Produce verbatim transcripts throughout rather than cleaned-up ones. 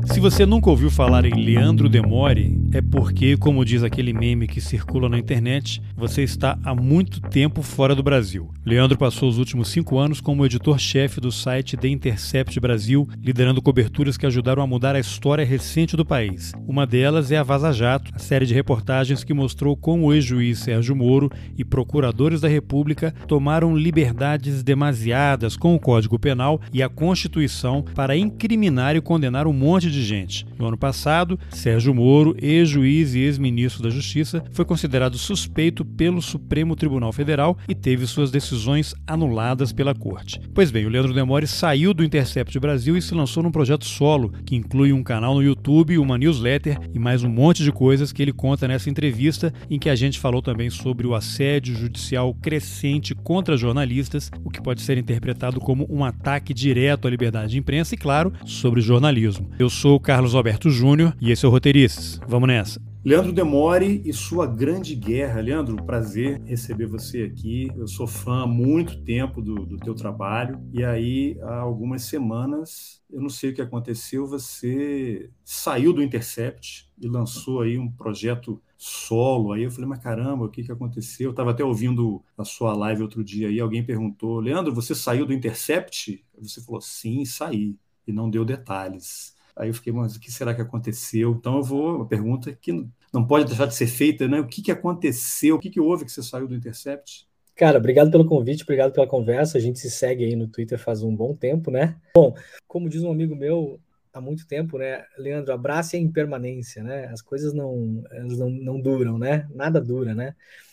Se você nunca ouviu falar em Leandro Demore, é porque, como diz aquele meme que circula na internet, você está há muito tempo fora do Brasil. Leandro passou os últimos cinco anos como editor-chefe do site The Intercept Brasil, liderando coberturas que ajudaram a mudar a história recente do país. Uma delas é a Vaza Jato, a série de reportagens que mostrou como o ex-juiz Sérgio Moro e procuradores da República tomaram liberdades demasiadas com o Código Penal e a Constituição para incriminar e condenar um monte de gente. No ano passado, Sérgio Moro, ex-juiz e ex-ministro da Justiça, foi considerado suspeito pelo Supremo Tribunal Federal e teve suas decisões anuladas pela Corte. Pois bem, o Leandro Demore saiu do Intercept Brasil e se lançou num projeto solo, que inclui um canal no YouTube, uma newsletter e mais um monte de coisas que ele conta nessa entrevista, em que a gente falou também sobre o assédio judicial crescente contra jornalistas, o que pode ser interpretado como um ataque direto à liberdade de imprensa e, claro, sobre jornalismo. Eu sou o Carlos Alberto Júnior e esse é o Roteirices. Vamos nessa. Leandro Demore e sua grande guerra. Leandro, prazer receber você aqui. Eu sou fã há muito tempo do, do teu trabalho. E aí, há algumas semanas, eu não sei o que aconteceu, você saiu do Intercept e lançou aí um projeto solo. Aí eu falei, mas caramba, o que, que aconteceu? Eu estava até ouvindo a sua live outro dia aí, alguém perguntou, Leandro, você saiu do Intercept? Você falou, sim, saí. E não deu detalhes. Aí eu fiquei, mas o que será que aconteceu? Então eu vou, uma pergunta que não pode deixar de ser feita, né? O que, que aconteceu? O que, que houve que você saiu do Intercept? Cara, obrigado pelo convite, obrigado pela conversa. A gente se segue aí no Twitter faz um bom tempo, né? Bom, como diz um amigo meu há muito tempo, né? Leandro, abrace a impermanência, né? As coisas não, elas não, não duram, né? Nada dura, né?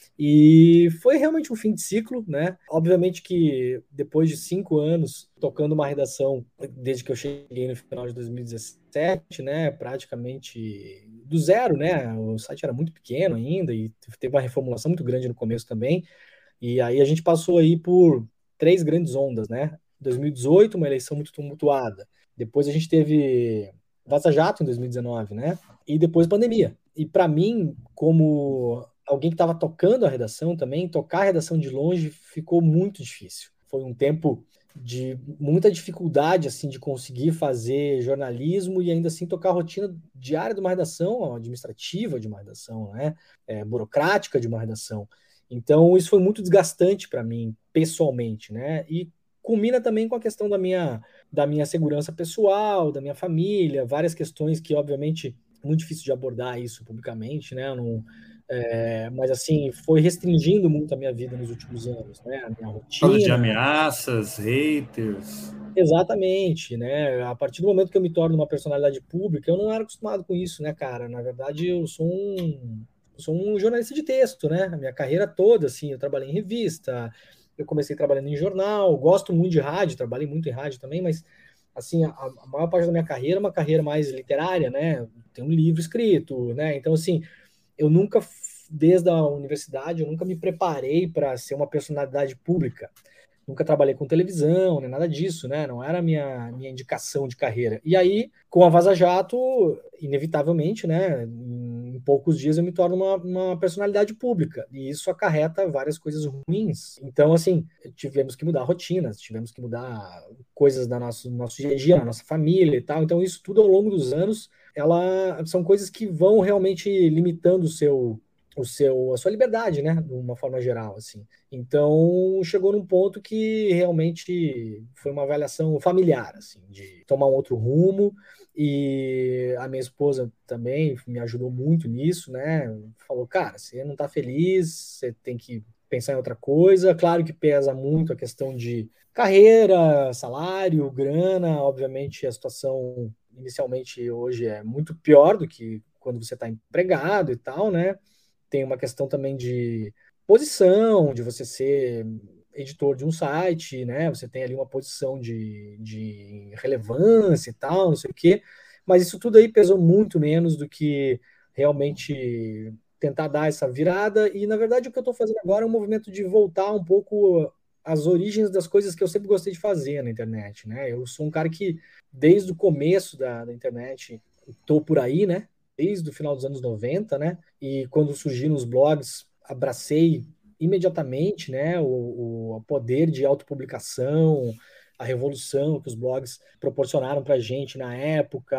E foi realmente um fim de ciclo, né? Obviamente que depois de cinco anos tocando uma redação, desde que eu cheguei no final de dois mil e dezessete, né? Praticamente do zero, né? O site era muito pequeno ainda e teve uma reformulação muito grande no começo também. E aí a gente passou aí por três grandes ondas, né? dois mil e dezoito, uma eleição muito tumultuada. Depois a gente teve Vaza Jato em dois mil e dezenove, né? E depois pandemia. E para mim, como alguém que estava tocando a redação também, tocar a redação de longe ficou muito difícil. Foi um tempo de muita dificuldade assim de conseguir fazer jornalismo e ainda assim tocar a rotina diária de uma redação, administrativa de uma redação, né? É, burocrática de uma redação. Então isso foi muito desgastante para mim pessoalmente, né? E culmina também com a questão da minha, da minha segurança pessoal, da minha família, várias questões que obviamente é muito difícil de abordar isso publicamente, né? Eu não É, mas assim, foi restringindo muito a minha vida nos últimos anos, né? A minha rotina. De ameaças, haters. Exatamente, né? A partir do momento que eu me torno uma personalidade pública, eu não era acostumado com isso, né, cara? Na verdade, eu sou um, eu sou um jornalista de texto, né? A minha carreira toda, assim, eu trabalhei em revista, eu comecei trabalhando em jornal, gosto muito de rádio, trabalhei muito em rádio também, mas assim, a, a maior parte da minha carreira é uma carreira mais literária, né? Tem um livro escrito, né? Então, assim, eu nunca, desde a universidade, eu nunca me preparei para ser uma personalidade pública. Nunca trabalhei com televisão, nem nada disso, né? Não era a minha, minha indicação de carreira. E aí, com a Vaza Jato, inevitavelmente, né? Em poucos dias eu me torno uma, uma personalidade pública. E isso acarreta várias coisas ruins. Então, assim, tivemos que mudar rotinas, tivemos que mudar coisas do nosso, nosso dia a dia, na nossa família e tal. Então, isso tudo ao longo dos anos, ela, são coisas que vão realmente limitando o seu... o seu, a sua liberdade, né, de uma forma geral, assim. Então, chegou num ponto que realmente foi uma avaliação familiar, assim, de tomar um outro rumo, e a minha esposa também me ajudou muito nisso, né, falou, cara, você não tá feliz, você tem que pensar em outra coisa, claro que pesa muito a questão de carreira, salário, grana, obviamente a situação inicialmente hoje é muito pior do que quando você está empregado e tal, né, tem uma questão também de posição, de você ser editor de um site, né? Você tem ali uma posição de, de relevância e tal, não sei o quê. Mas isso tudo aí pesou muito menos do que realmente tentar dar essa virada. E, na verdade, o que eu estou fazendo agora é um movimento de voltar um pouco às origens das coisas que eu sempre gostei de fazer na internet, né? Eu sou um cara que, desde o começo da, da internet, estou por aí, né? Desde o final dos anos noventa, né? E quando surgiram os blogs, abracei imediatamente, né? O, o poder de autopublicação, a revolução que os blogs proporcionaram para a gente na época,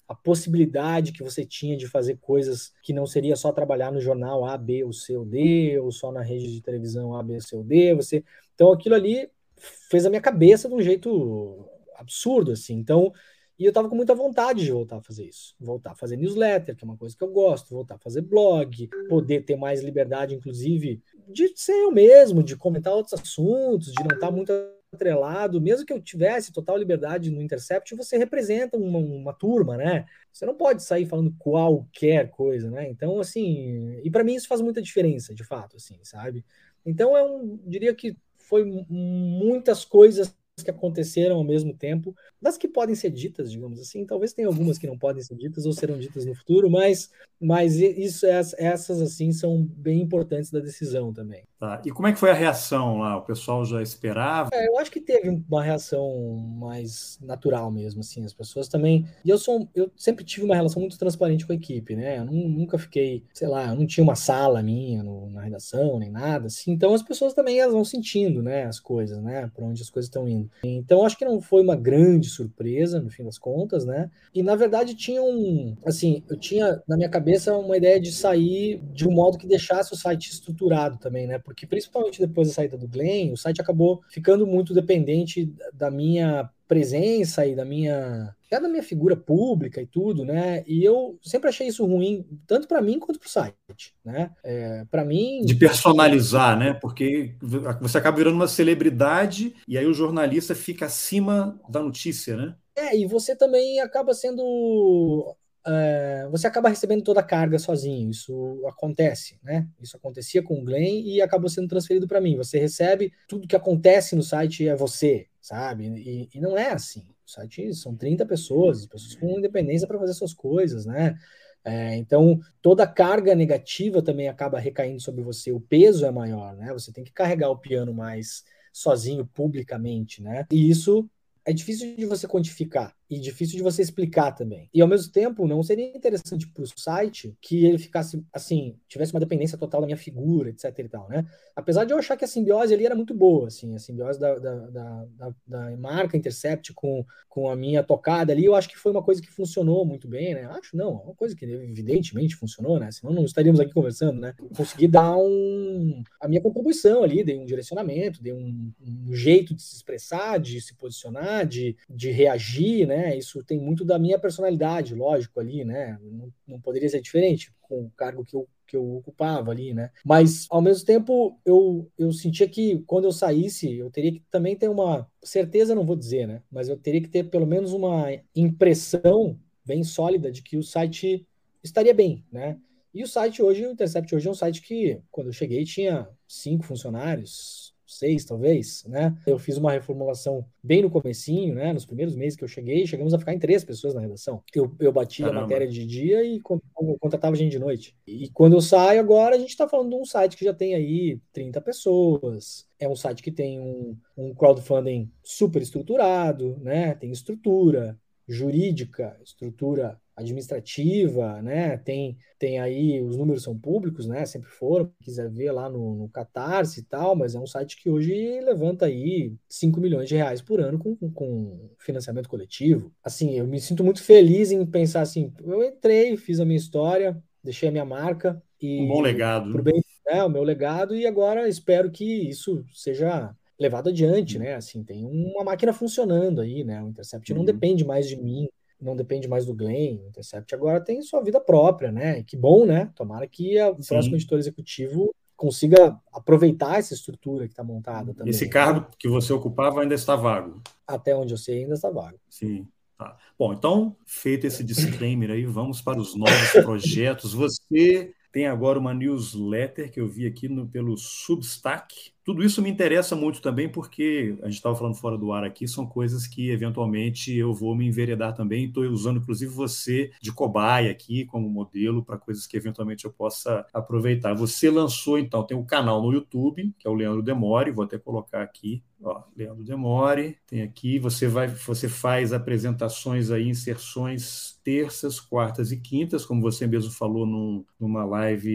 a possibilidade que você tinha de fazer coisas que não seria só trabalhar no jornal A, B, ou C ou D, ou só na rede de televisão A, B, C ou D. Você... Então aquilo ali fez a minha cabeça de um jeito absurdo, assim. Então, e eu tava com muita vontade de voltar a fazer isso. Voltar a fazer newsletter, que é uma coisa que eu gosto, voltar a fazer blog, poder ter mais liberdade, inclusive, de ser eu mesmo, de comentar outros assuntos, de não estar muito atrelado. Mesmo que eu tivesse total liberdade no Intercept, você representa uma, uma turma, né? Você não pode sair falando qualquer coisa, né? Então, assim, e para mim isso faz muita diferença, de fato, assim, sabe? Então, é um, diria que foi muitas coisas que aconteceram ao mesmo tempo, das que podem ser ditas, digamos assim. Talvez tenha algumas que não podem ser ditas ou serão ditas no futuro, mas, mas isso, essas, assim, são bem importantes da decisão também. Tá. E como é que foi a reação lá? O pessoal já esperava? É, eu acho que teve uma reação mais natural mesmo, assim, as pessoas também... E eu sou, eu sempre tive uma relação muito transparente com a equipe, né? Eu nunca fiquei, sei lá, eu não tinha uma sala minha no, na redação, nem nada, assim. Então as pessoas também, elas vão sentindo, né, as coisas, né, para onde as coisas estão indo. Então acho que não foi uma grande surpresa, no fim das contas, né? E na verdade tinha um, assim, eu tinha na minha cabeça uma ideia de sair de um modo que deixasse o site estruturado também, né? Porque principalmente depois da saída do Glenn, o site acabou ficando muito dependente da minha presença e da minha, é da minha figura pública e tudo, né? E eu sempre achei isso ruim, tanto para mim quanto para o site, né? É, para mim... De personalizar, né? Porque você acaba virando uma celebridade e aí o jornalista fica acima da notícia, né? É, e você também acaba sendo... É, você acaba recebendo toda a carga sozinho, isso acontece, né? Isso acontecia com o Glenn e acabou sendo transferido para mim. Você recebe tudo que acontece no site é você, sabe? E, e não é assim. O site são trinta pessoas, pessoas com independência para fazer suas coisas, né? É, então, toda a carga negativa também acaba recaindo sobre você. O peso é maior, né? Você tem que carregar o piano mais sozinho, publicamente, né? E isso é difícil de você quantificar e difícil de você explicar também. E, ao mesmo tempo, não seria interessante para o site que ele ficasse, assim, tivesse uma dependência total da minha figura, etc e tal, né? Apesar de eu achar que a simbiose ali era muito boa, assim, a simbiose da, da, da, da, da marca Intercept com, com a minha tocada ali, eu acho que foi uma coisa que funcionou muito bem, né? Acho não, é uma coisa que evidentemente funcionou, né? Senão não estaríamos aqui conversando, né? Consegui dar um, a minha contribuição ali, dei um direcionamento, dei um, um jeito de se expressar, de se posicionar, de, de reagir, né? Isso tem muito da minha personalidade, lógico, ali, né? Não, não poderia ser diferente com o cargo que eu, que eu ocupava ali, né? Mas, ao mesmo tempo, eu, eu sentia que quando eu saísse, eu teria que também ter uma certeza, não vou dizer, né? Mas eu teria que ter pelo menos uma impressão bem sólida de que o site estaria bem, né? E o site hoje, o Intercept hoje é um site que, quando eu cheguei, tinha cinco funcionários, seis talvez, né? Eu fiz uma reformulação bem no comecinho, né? Nos primeiros meses que eu cheguei, chegamos a ficar em três pessoas na redação. Eu, eu batia a matéria de dia e contratava gente de noite. E quando eu saio agora, a gente está falando de um site que já tem aí trinta pessoas. É um site que tem um, um crowdfunding super estruturado, né? Tem estrutura jurídica, estrutura administrativa, né? Tem, tem aí, os números são públicos, né? Sempre foram, quiser ver lá no, no Catarse e tal, mas é um site que hoje levanta aí cinco milhões de reais por ano com, com, com financiamento coletivo. Assim, eu me sinto muito feliz em pensar assim, eu entrei, fiz a minha história, deixei a minha marca e... Um bom legado. Pro bem, né, o meu legado, e agora espero que isso seja levado adiante, né? Assim, tem uma máquina funcionando aí, né? O Intercept uhum. não depende mais de mim, não depende mais do Glenn. O Intercept agora tem sua vida própria, né? E que bom, né? Tomara que o Sim. próximo editor executivo consiga aproveitar essa estrutura que está montada também. Esse cargo né? que você ocupava ainda está vago? Até onde eu sei, ainda está vago. Sim. Tá. Bom, então, feito esse disclaimer aí, vamos para os novos projetos. Você tem agora uma newsletter que eu vi aqui no, pelo Substack. Tudo isso me interessa muito também porque, a gente estava falando fora do ar aqui, são coisas que eventualmente eu vou me enveredar também. Estou usando, inclusive, você de cobaia aqui como modelo para coisas que eventualmente eu possa aproveitar. Você lançou, então, tem um canal no YouTube, que é o Leandro Demore, vou até colocar aqui. Ó, Leandro Demore, tem aqui, você, vai, você faz apresentações aí, inserções terças, quartas e quintas, como você mesmo falou num, numa live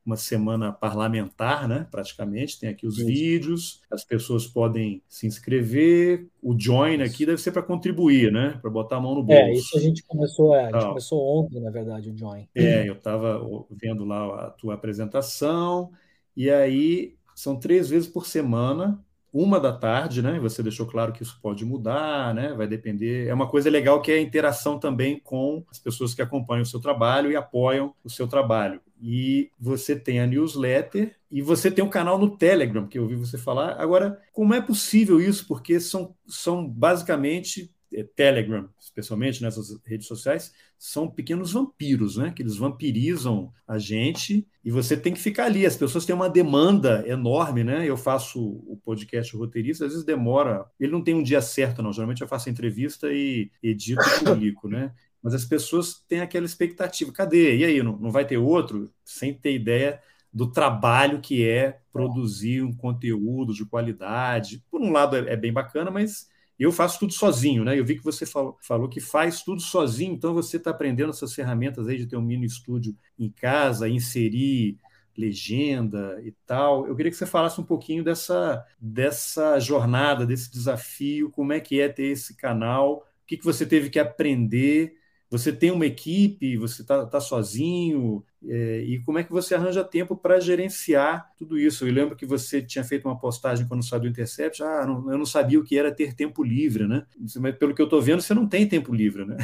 uma semana parlamentar, né? Praticamente, tem aqui os Isso. vídeos, as pessoas podem se inscrever, o join aqui deve ser para contribuir, né? Para botar a mão no bolso. É, isso a gente começou, é, a gente Tal. começou ontem, na verdade, o Join. É, eu estava vendo lá a tua apresentação, e aí são três vezes por semana, uma da tarde, né? Você deixou claro que isso pode mudar, né? Vai depender. É uma coisa legal que é a interação também com as pessoas que acompanham o seu trabalho e apoiam o seu trabalho. E você tem a newsletter e você tem um canal no Telegram, que eu ouvi você falar. Agora, como é possível isso? Porque são, são basicamente é, Telegram, especialmente nessas redes sociais, são pequenos vampiros, né? Que eles vampirizam a gente e você tem que ficar ali. As pessoas têm uma demanda enorme, né? Eu faço o podcast roteirista, às vezes demora. Ele não tem um dia certo, não. Geralmente eu faço entrevista e edito e publico, né? Mas as pessoas têm aquela expectativa. Cadê? E aí, não, não vai ter outro? Sem ter ideia do trabalho que é produzir um conteúdo de qualidade. Por um lado é, é bem bacana, mas eu faço tudo sozinho, né? Eu vi que você falou, falou que faz tudo sozinho, então você está aprendendo essas ferramentas aí de ter um mini estúdio em casa, inserir legenda e tal. Eu queria que você falasse um pouquinho dessa, dessa jornada, desse desafio, como é que é ter esse canal, o que, que você teve que aprender. Você tem uma equipe, você está tá sozinho, é, e como é que você arranja tempo para gerenciar tudo isso? Eu lembro que você tinha feito uma postagem quando saiu do Intercept, ah, não, eu não sabia o que era ter tempo livre, né? Mas pelo que eu estou vendo, você não tem tempo livre, né?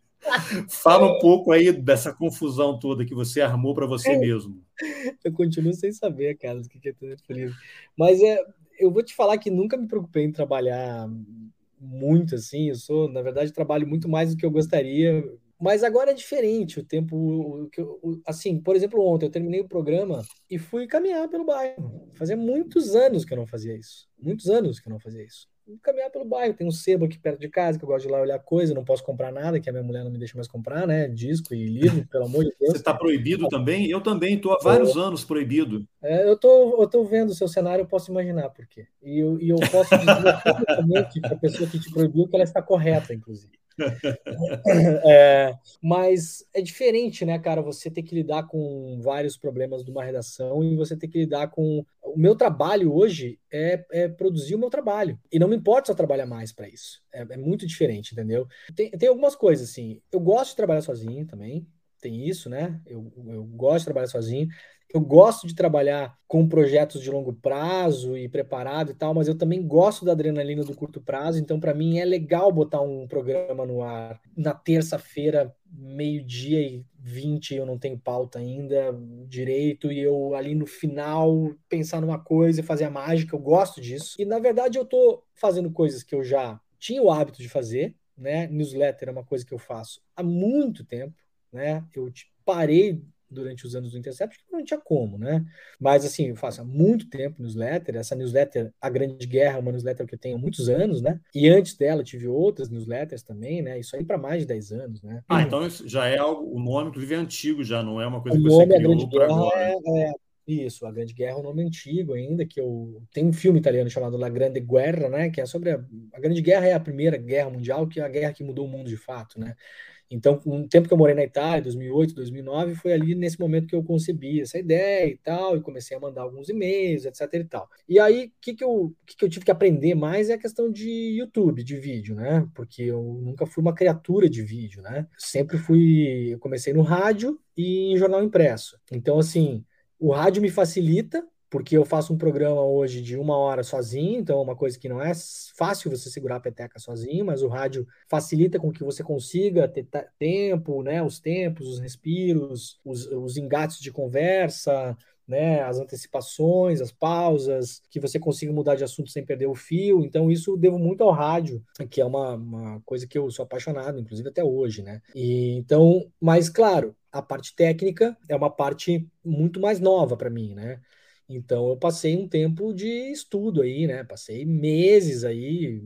Fala um pouco aí dessa confusão toda que você armou para você mesmo. Eu continuo sem saber, cara, o que é ter tempo livre. Mas é, eu vou te falar que nunca me preocupei em trabalhar muito assim. Eu sou, na verdade, trabalho muito mais do que eu gostaria. Mas agora é diferente o tempo. O, o, assim, por exemplo, ontem eu terminei o programa e fui caminhar pelo bairro. Fazia muitos anos que eu não fazia isso. Muitos anos que eu não fazia isso. Fui caminhar pelo bairro. Tem um sebo aqui perto de casa que eu gosto de ir lá olhar coisa. Não posso comprar nada, que a minha mulher não me deixa mais comprar, né? Disco e livro, pelo amor de Deus. Você está proibido também? Eu também estou há vários é, anos proibido. É, eu tô, eu tô vendo o seu cenário, eu posso imaginar por quê. E eu, e eu posso dizer publicamente para a pessoa que te proibiu que ela está correta, inclusive. É, mas é diferente, né, cara? Você ter que lidar com vários problemas de uma redação e você ter que lidar com. O meu trabalho hoje é, é produzir o meu trabalho. E não me importa se eu trabalhar mais para isso. É, é muito diferente, entendeu? Tem, tem algumas coisas, assim. Eu gosto de trabalhar sozinho também. Tem isso, né? Eu, eu gosto de trabalhar sozinho. Eu gosto de trabalhar com projetos de longo prazo e preparado e tal, mas eu também gosto da adrenalina do curto prazo, então para mim é legal botar um programa no ar na terça-feira, meio-dia e vinte, eu não tenho pauta ainda direito, e eu ali no final pensar numa coisa e fazer a mágica, eu gosto disso. E na verdade eu tô fazendo coisas que eu já tinha o hábito de fazer, né? Newsletter é uma coisa que eu faço há muito tempo, né? Eu parei durante os anos do Intercept, que não tinha como, né? Mas, assim, eu faço há muito tempo newsletter. Essa newsletter, A Grande Guerra, é uma newsletter que eu tenho há muitos anos, né? E antes dela, tive outras newsletters também, né? Isso aí para mais de dez anos, né? Ah, então isso já é algo, o nome, inclusive, é antigo já, não é uma coisa o que você nome A Grande criou por Guerra agora. É, é, isso, A Grande Guerra é um nome antigo ainda, que eu... Tem um filme italiano chamado La Grande Guerra, né? Que é sobre... A, a Grande Guerra é a Primeira Guerra Mundial, que é a guerra que mudou o mundo de fato, né? Então, um tempo que eu morei na Itália, dois mil e oito, dois mil e nove, foi ali nesse momento que eu concebi essa ideia e tal, e comecei a mandar alguns e-mails, etc e tal. E aí, o que, que, eu, que, que eu tive que aprender mais é a questão de YouTube, de vídeo, né? Porque eu nunca fui uma criatura de vídeo, né? Sempre fui... Eu comecei no rádio e em jornal impresso. Então, assim, o rádio me facilita, porque eu faço um programa hoje de uma hora sozinho, então é uma coisa que não é fácil você segurar a peteca sozinho, mas o rádio facilita com que você consiga ter tempo, né, os tempos, os respiros, os, os engates de conversa, né, as antecipações, as pausas, que você consiga mudar de assunto sem perder o fio. Então isso eu devo muito ao rádio, que é uma, uma coisa que eu sou apaixonado, inclusive até hoje, né? E então, mas claro, a parte técnica é uma parte muito mais nova para mim, né? Então eu passei um tempo de estudo aí, né? Passei meses aí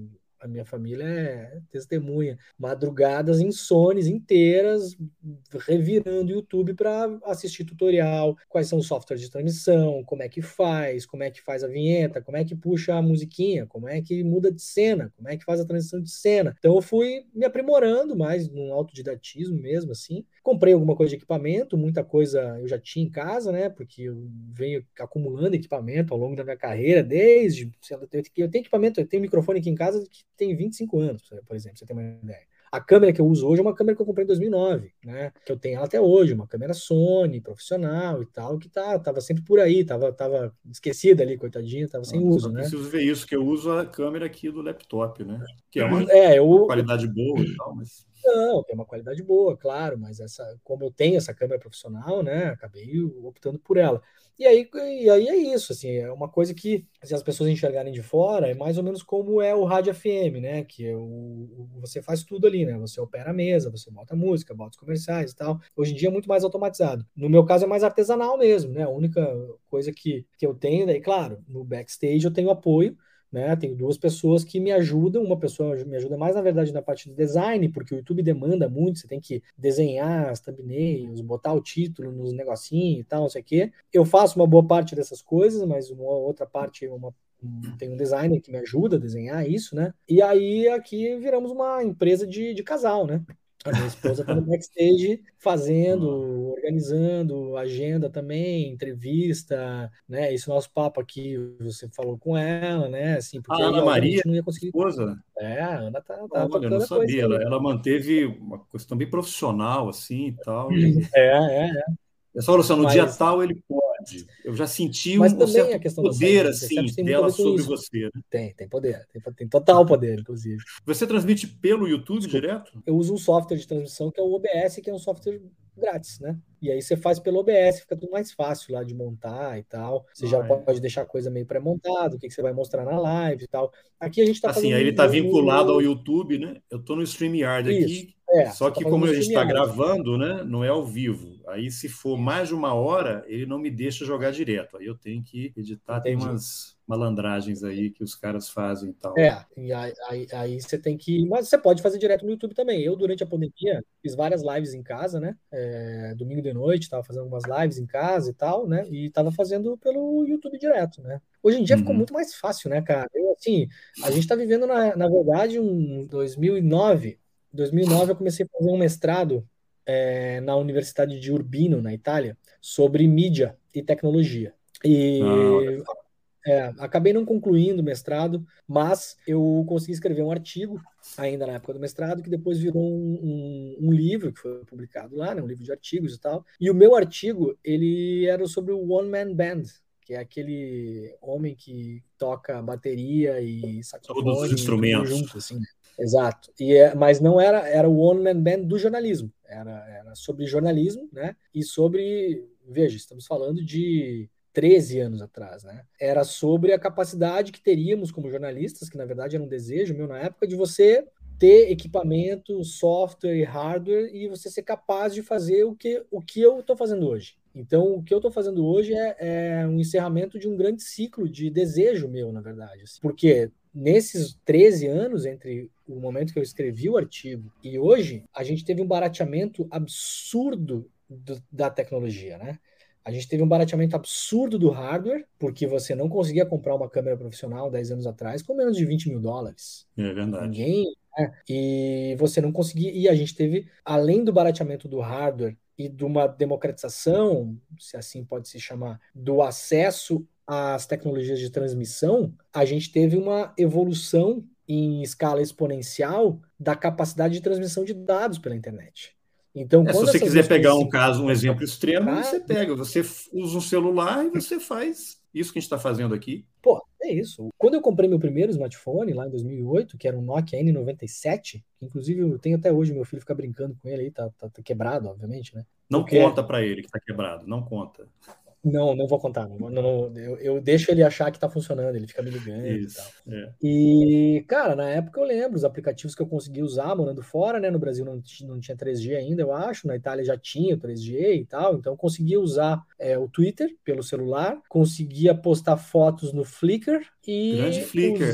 a minha família é testemunha, madrugadas insones inteiras, revirando o YouTube para assistir tutorial, quais são os softwares de transmissão, como é que faz, como é que faz a vinheta, como é que puxa a musiquinha, como é que muda de cena, como é que faz a transição de cena. Então eu fui me aprimorando mais num autodidatismo mesmo, assim. Comprei alguma coisa de equipamento, muita coisa eu já tinha em casa, né? Porque eu venho acumulando equipamento ao longo da minha carreira, desde... Eu tenho equipamento, eu tenho microfone aqui em casa que tem vinte e cinco anos, por exemplo, pra você ter uma ideia. A câmera que eu uso hoje é uma câmera que eu comprei em dois mil e nove, né? Que eu tenho ela até hoje, uma câmera Sony, profissional e tal, que tá, tava sempre por aí, tava, tava esquecida ali, coitadinha, tava sem Não, uso, eu né? preciso ver isso, que eu uso a câmera aqui do laptop, né? Que é uma, É, eu, uma qualidade boa e tal, mas... Não, tem uma qualidade boa, claro, mas essa, como eu tenho essa câmera profissional, né, acabei optando por ela. E aí, e aí é isso, assim, é uma coisa que, se as pessoas enxergarem de fora, é mais ou menos como é o rádio F M, né, que é o, o- você faz tudo ali, né, você opera a mesa, você bota música, bota os comerciais e tal. Hoje em dia é muito mais automatizado. No meu caso é mais artesanal mesmo, né, a única coisa que, que eu tenho, daí, claro, no backstage eu tenho apoio, né? Tenho duas pessoas que me ajudam. Uma pessoa me ajuda mais, na verdade, na parte de design, porque o YouTube demanda muito. Você tem que desenhar as thumbnails, botar o título nos negocinhos e tal, não sei o quê. Eu faço uma boa parte dessas coisas, mas uma outra parte, uma, tem um designer que me ajuda a desenhar isso, né? E aí aqui viramos uma empresa de, de casal, né? A minha esposa está no backstage fazendo, organizando agenda também, entrevista, né? Esse nosso papo aqui, você falou com ela, né? Assim, A porque aí, Ana Maria, obviamente, não ia conseguir. esposa, É, a Ana tá, tá olha, eu não tocando a coisa sabia. Ela, aí. ela manteve uma questão bem profissional, assim, e tal. E É, é, é. é só falou assim, no dia Mas, tal ele pode. Eu já senti mas um, um também certo a questão da saúde poder, dos assim, intercepts tem muito a dela ver com sobre isso. você, né? Tem, tem poder. Tem, tem total poder, inclusive. Você transmite pelo YouTube Desculpa. direto? Eu uso um software de transmissão que é o O B S, que é um software grátis, né? E aí você faz pelo O B S, fica tudo mais fácil lá de montar e tal. Você já Ah, é. pode deixar a coisa meio pré-montado, o que, que você vai mostrar na live e tal. Aqui a gente tá Assim, fazendo aí ele está no, no, vinculado ao no... YouTube, né? Eu estou no StreamYard Isso. aqui, É, só você tá que fazendo como no a gente está StreamYard. gravando, né? Não é ao vivo. Aí se for mais de uma hora, ele não me deixa jogar direto. Aí eu tenho que editar, tem Entendi. umas malandragens aí que os caras fazem e tal. É, e aí, aí, aí você tem que. Mas você pode fazer direto no YouTube também. Eu, durante a pandemia, fiz várias lives em casa, né? É, domingo de noite, tava fazendo algumas lives em casa e tal, né? E tava fazendo pelo YouTube direto, né? Hoje em dia ficou Uhum. muito mais fácil, né, cara? Eu, assim, a gente tá vivendo, na, na verdade, um dois mil e nove. dois mil e nove eu comecei a fazer um mestrado é, na Universidade de Urbino, na Itália, sobre mídia e tecnologia. Ah, olha E só. é, acabei não concluindo o mestrado, mas eu consegui escrever um artigo, ainda na época do mestrado, que depois virou um, um, um livro que foi publicado lá, né, um livro de artigos e tal. E o meu artigo, ele era sobre o One Man Band, que é aquele homem que toca bateria e Todos os saxofone, tudo instrumentos. junto, assim. Exato. E é, mas não era, era o One Man Band do jornalismo. Era, era sobre jornalismo, né? E sobre, veja, estamos falando de treze anos atrás, né? Era sobre a capacidade que teríamos como jornalistas, que na verdade era um desejo meu na época, de você ter equipamento, software e hardware e você ser capaz de fazer o que, o que eu estou fazendo hoje. Então, o que eu estou fazendo hoje é, é um encerramento de um grande ciclo de desejo meu, na verdade. Assim. Porque nesses treze anos, entre o momento que eu escrevi o artigo e hoje, a gente teve um barateamento absurdo do, da tecnologia, né? A gente teve um barateamento absurdo do hardware, porque você não conseguia comprar uma câmera profissional dez anos atrás com menos de vinte mil dólares. É verdade. Ninguém. Né? E você não conseguia. E a gente teve, além do barateamento do hardware e de uma democratização, se assim pode se chamar, do acesso às tecnologias de transmissão, a gente teve uma evolução em escala exponencial da capacidade de transmissão de dados pela internet. Então, É, se quando você essas quiser duas coisas pegar se um caso, um encontram, exemplo extremo, você pega, você usa um celular e você faz isso que a gente está fazendo aqui. pô, é isso. Quando eu comprei meu primeiro smartphone, lá em dois mil e oito, que era um Nokia N noventa e sete, que inclusive eu tenho até hoje, meu filho fica brincando com ele aí, tá, tá, tá quebrado, obviamente, né? Não Porque conta para ele que está quebrado, não conta. Não, não vou contar. Não, não, eu, eu deixo ele achar que tá funcionando, ele fica me ligando e tal. Isso. É. E, cara, na época eu lembro os aplicativos que eu consegui usar morando fora, né? No Brasil não, não tinha três G ainda, eu acho. Na Itália já tinha três G e tal. Então eu conseguia usar é, o Twitter pelo celular, conseguia postar fotos no Flickr Grande e Flickr. usar.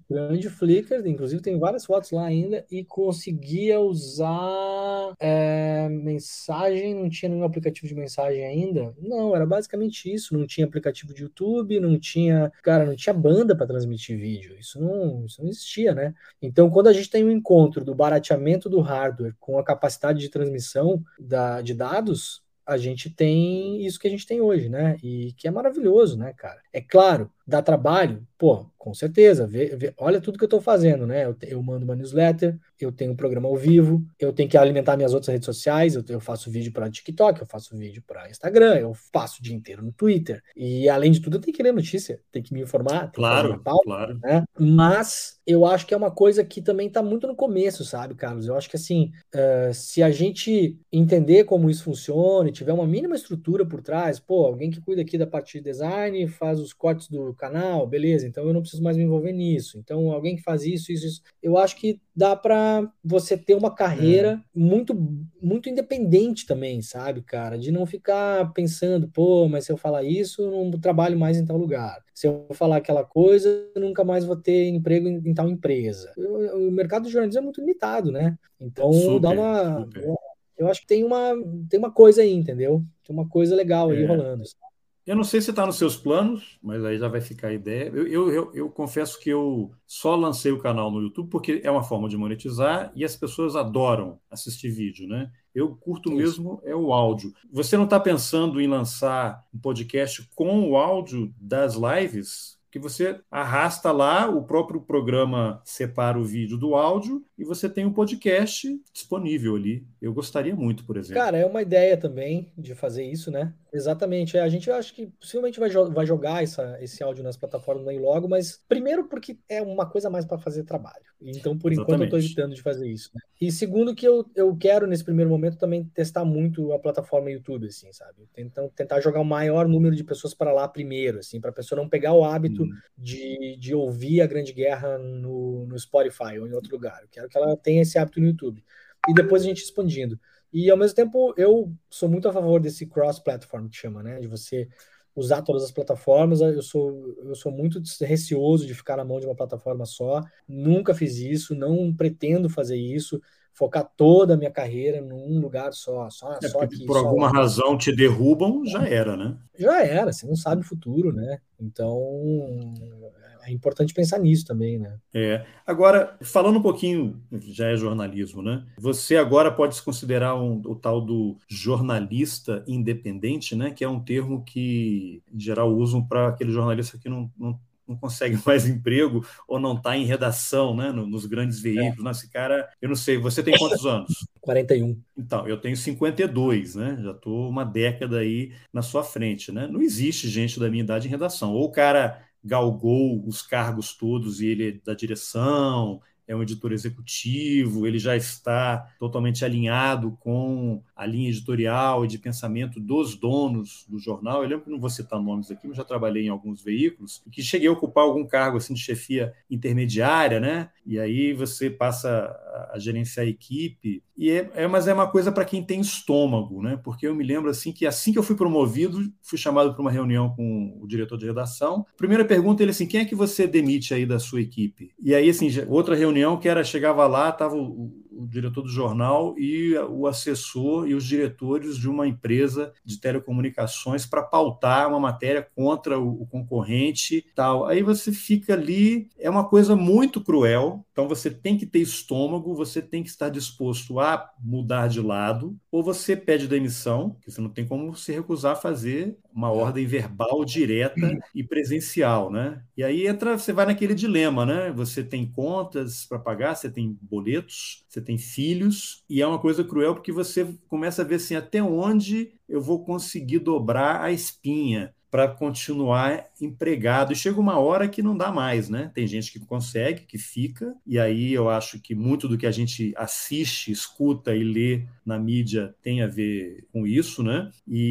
grande Flickr, inclusive tem várias fotos lá ainda, e conseguia usar é, mensagem, não tinha nenhum aplicativo de mensagem ainda. Não, era basicamente isso. Não tinha aplicativo de YouTube, não tinha, cara, não tinha banda para transmitir vídeo. Isso não, isso não existia, né? Então, quando a gente tem um encontro do barateamento do hardware com a capacidade de transmissão da, de dados, a gente tem isso que a gente tem hoje, né? E que é maravilhoso, né, cara? É claro, dá trabalho? Pô, com certeza. Vê, vê, olha tudo que eu tô fazendo, né? Eu, eu mando uma newsletter, eu tenho um programa ao vivo, eu tenho que alimentar minhas outras redes sociais, eu, eu faço vídeo para TikTok, eu faço vídeo para Instagram, eu passo o dia inteiro no Twitter. E, além de tudo, eu tenho que ler notícia, tenho que me informar, tenho que fazer minha Claro, pauta, claro. né? Mas eu acho que é uma coisa que também tá muito no começo, sabe, Carlos? Eu acho que, assim, uh, se a gente entender como isso funciona e tiver uma mínima estrutura por trás, pô, alguém que cuida aqui da parte de design, faz os cortes do canal, beleza, então eu não preciso mais me envolver nisso. Então, alguém que faz isso, isso, isso. Eu acho que dá para você ter uma carreira é. muito, muito independente também, sabe, cara? De não ficar pensando, pô, mas se eu falar isso, eu não trabalho mais em tal lugar. Se eu falar aquela coisa, eu nunca mais vou ter emprego em, em tal empresa. Eu, o mercado de jornalismo é muito limitado, né? Então, super, dá uma... Super. Eu, eu acho que tem uma, tem uma coisa aí, entendeu? Tem uma coisa legal aí é. rolando. Eu não sei se está nos seus planos, mas aí já vai ficar a ideia. Eu, eu, eu, eu confesso que eu só lancei o canal no YouTube porque é uma forma de monetizar e as pessoas adoram assistir vídeo, né? Eu curto Isso. mesmo é o áudio. Você não está pensando em lançar um podcast com o áudio das lives? Que você arrasta lá, o próprio programa separa o vídeo do áudio e você tem um podcast disponível ali. Eu gostaria muito, por exemplo. Cara, é uma ideia também de fazer isso, né? Exatamente. A gente, eu acho que possivelmente vai, jo- vai jogar essa, esse áudio nas plataformas aí logo, mas primeiro porque é uma coisa mais para fazer trabalho. Então, por Exatamente. enquanto, eu estou evitando de fazer isso. Né? E segundo que eu, eu quero, nesse primeiro momento, também testar muito a plataforma YouTube, assim, sabe? Então, tentar jogar o maior número de pessoas para lá primeiro, assim, para a pessoa não pegar o hábito hum. de, de ouvir a Grande Guerra no, no Spotify ou em outro lugar. Eu quero que ela tenha esse hábito no YouTube. E depois a gente expandindo. E, ao mesmo tempo, eu sou muito a favor desse cross-platform que chama, né? De você usar todas as plataformas. Eu sou, eu sou muito receoso de ficar na mão de uma plataforma só. Nunca fiz isso, não pretendo fazer isso. Focar toda a minha carreira num lugar só. só, é só aqui, por só alguma lá. razão te derrubam, já era, né? Já era, você não sabe o futuro, né? Então, é importante pensar nisso também, né? É. Agora, falando um pouquinho, já é jornalismo, né? Você agora pode se considerar um, o tal do jornalista independente, né? Que é um termo que, em geral, usam para aquele jornalista que não, não, não consegue mais emprego ou não está em redação, né? Nos grandes veículos. É. Esse cara, eu não sei, você tem quantos anos? quarenta e um. Então, eu tenho cinquenta e dois, né? Já estou uma década aí na sua frente, né? Não existe gente da minha idade em redação. Ou o cara galgou os cargos todos e ele é da direção, é um editor executivo, ele já está totalmente alinhado com a linha editorial e de pensamento dos donos do jornal. Eu lembro que não vou citar nomes aqui, mas já trabalhei em alguns veículos, e que cheguei a ocupar algum cargo assim, de chefia intermediária, né? E aí você passa a gerenciar a equipe, e é, é, mas é uma coisa para quem tem estômago, né? Porque eu me lembro assim que assim que eu fui promovido, fui chamado para uma reunião com o diretor de redação. Primeira pergunta, ele assim, quem é que você demite aí da sua equipe? E aí, assim, outra reunião que era, chegava lá, estava o, o diretor do jornal e o assessor e os diretores de uma empresa de telecomunicações para pautar uma matéria contra o, o concorrente, tal. Aí você fica ali, é uma coisa muito cruel, então você tem que ter estômago, você tem que estar disposto a mudar de lado, ou você pede demissão, que você não tem como se recusar a fazer uma ordem verbal direta e presencial, né? E aí entra, você vai naquele dilema, né? Você tem contas para pagar, você tem boletos, você tem filhos, e é uma coisa cruel porque você começa a ver assim, até onde eu vou conseguir dobrar a espinha para continuar empregado. E chega uma hora que não dá mais, né? Tem gente que consegue, que fica, e aí eu acho que muito do que a gente assiste, escuta e lê na mídia tem a ver com isso, né?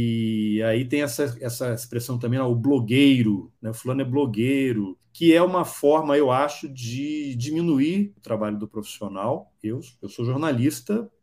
E aí tem essa, essa expressão também, ó, o blogueiro, né? O fulano é blogueiro, que é uma forma, eu acho, de diminuir o trabalho do profissional. Eu, eu sou jornalista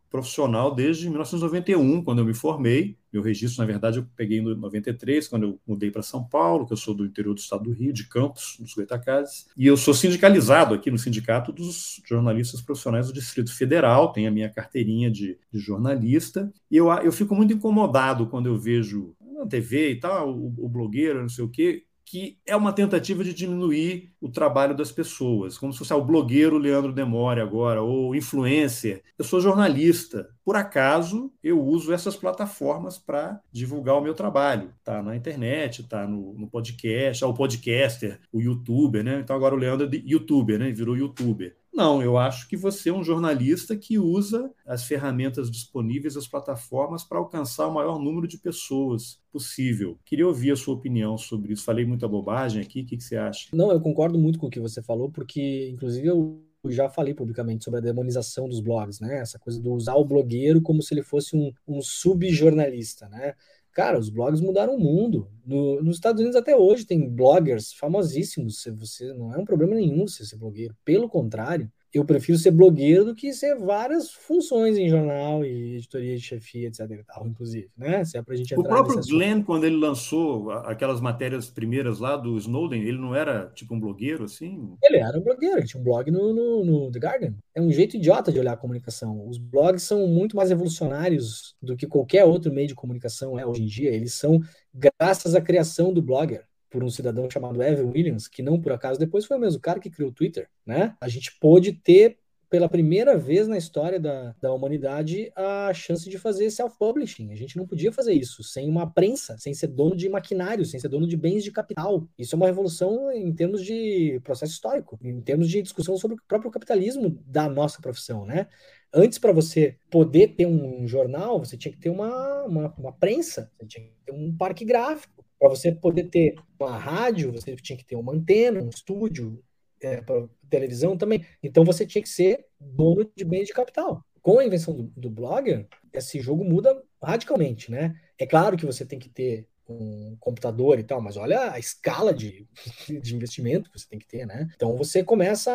profissional desde mil novecentos e noventa e um, quando eu me formei. Meu registro, na verdade, eu peguei em noventa e três, quando eu mudei para São Paulo, que eu sou do interior do estado do Rio, de Campos, dos Goitacazes. E eu sou sindicalizado aqui no Sindicato dos Jornalistas Profissionais do Distrito Federal, tenho a minha carteirinha de, de jornalista. E eu, eu fico muito incomodado quando eu vejo na T V e tal, o, o blogueiro, não sei o quê, que é uma tentativa de diminuir o trabalho das pessoas, como se fosse ah, o blogueiro Leandro Demore agora, ou influencer. Eu sou jornalista. Por acaso, eu uso essas plataformas para divulgar o meu trabalho. Está na internet, está no, no podcast, ah, o podcaster, o youtuber, né? Então agora o Leandro é youtuber, né? Virou youtuber. Não, eu acho que você é um jornalista que usa as ferramentas disponíveis, as plataformas, para alcançar o maior número de pessoas possível. Queria ouvir a sua opinião sobre isso. Falei muita bobagem aqui, o que, que você acha? Não, eu concordo muito com o que você falou, porque, inclusive, eu já falei publicamente sobre a demonização dos blogs, né? Essa coisa de usar o blogueiro como se ele fosse um, um subjornalista, né? Cara, os blogs mudaram o mundo. No, nos Estados Unidos até hoje tem bloggers famosíssimos. Você, você não é um problema nenhum você ser blogueiro. Pelo contrário, eu prefiro ser blogueiro do que ser várias funções em jornal e editoria de chefia, etc e tal, inclusive, né? Se é pra gente entrar O próprio nesse Glenn, assunto. quando ele lançou aquelas matérias primeiras lá do Snowden, ele não era tipo um blogueiro, assim? Ele era um blogueiro, ele tinha um blog no, no, no The Guardian. É um jeito idiota de olhar a comunicação. Os blogs são muito mais revolucionários do que qualquer outro meio de comunicação é hoje em dia. Eles são graças à criação do blogger por um cidadão chamado Evan Williams, que não por acaso depois foi o mesmo cara que criou o Twitter, né? A gente pôde ter pela primeira vez na história da, da humanidade, a chance de fazer self-publishing. A gente não podia fazer isso sem uma prensa, sem ser dono de maquinário, sem ser dono de bens de capital. Isso é uma revolução em termos de processo histórico, em termos de discussão sobre o próprio capitalismo da nossa profissão, né? Antes, para você poder ter um jornal, você tinha que ter uma, uma, uma prensa, você tinha que ter um parque gráfico. Para você poder ter uma rádio, você tinha que ter uma antena, um estúdio, é, para televisão também. Então você tinha que ser dono de bens de capital. Com a invenção do, do blogger, esse jogo muda radicalmente, né? É claro que você tem que ter um computador e tal, mas olha a escala de, de investimento que você tem que ter, né? Então você começa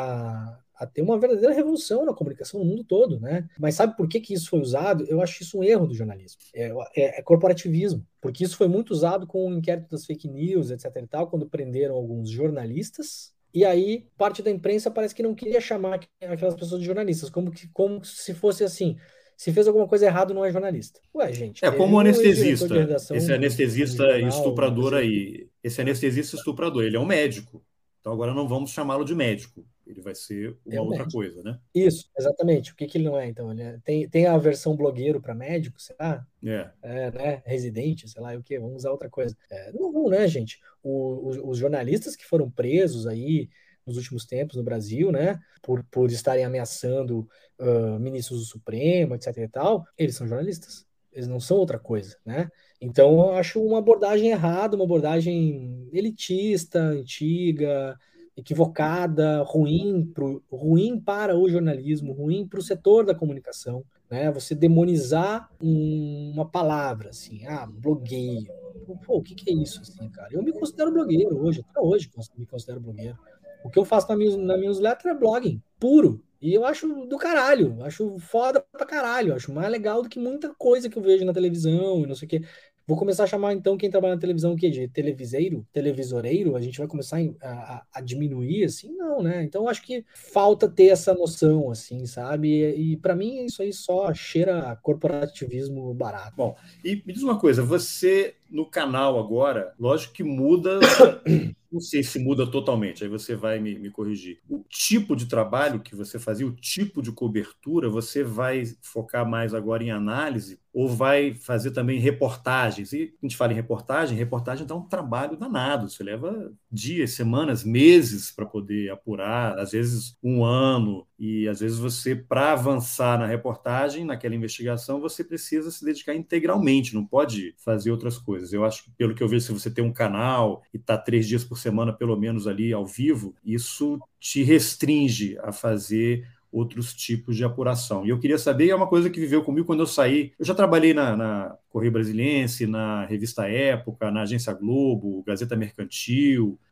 a, a ter uma verdadeira revolução na comunicação no mundo todo, né? Mas sabe por que que isso foi usado? Eu acho isso um erro do jornalismo. É, é, é corporativismo. Porque isso foi muito usado com o inquérito das fake news, etc e tal, quando prenderam alguns jornalistas. E aí, parte da imprensa parece que não queria chamar aquelas pessoas de jornalistas, como, que, como se fosse assim, se fez alguma coisa errada, não é jornalista. Ué, gente, É teve como um ex-diretor de redação esse de um anestesista jornal, estuprador assim. aí, esse anestesista estuprador, ele é um médico. Então agora não vamos chamá-lo de médico, ele vai ser uma É um outra médico. coisa, né? Isso, exatamente. O que, que ele não é, então? Ele é, tem, tem a versão blogueiro para médico, sei lá, É. é, né? Residente, sei lá, o quê? Vamos usar outra coisa. É, não, né, gente? O, os, os jornalistas que foram presos aí nos últimos tempos no Brasil, né? Por, por estarem ameaçando uh, ministros do Supremo, etc e tal, eles são jornalistas. Eles não são outra coisa, né? Então, eu acho uma abordagem errada, uma abordagem elitista, antiga, equivocada, ruim, pro, ruim para o jornalismo, ruim para o setor da comunicação, né? Você demonizar um, uma palavra, assim, ah, blogueiro. Pô, o que, que é isso, assim, cara? Eu me considero blogueiro hoje, até hoje me considero blogueiro. O que eu faço na minha, na minha newsletter é blogging, puro. E eu acho do caralho, acho foda pra caralho, acho mais legal do que muita coisa que eu vejo na televisão e não sei o quê. Vou começar a chamar, então, quem trabalha na televisão o quê? De televiseiro? Televisoreiro? A gente vai começar a, a, a diminuir, assim? Não, né? Então, eu acho que falta ter essa noção, assim, sabe? E, e para mim, isso aí só cheira corporativismo barato. Bom, e me diz uma coisa, você no canal agora, lógico que muda, não sei se muda totalmente, aí você vai me, me corrigir. O tipo de trabalho que você fazia, o tipo de cobertura, você vai focar mais agora em análise ou vai fazer também reportagens? E a gente fala em reportagem, reportagem dá um trabalho danado, você leva dias, semanas, meses para poder apurar, às vezes um ano, e às vezes você, para avançar na reportagem, naquela investigação, você precisa se dedicar integralmente, não pode fazer outras coisas. Eu acho que, pelo que eu vejo, se você tem um canal e está três dias por semana, pelo menos, ali ao vivo, isso te restringe a fazer outros tipos de apuração. E eu queria saber, é uma coisa que viveu comigo quando eu saí. Eu já trabalhei na, na Correio Brasiliense, na Revista Época, na Agência Globo, Gazeta Mercantil,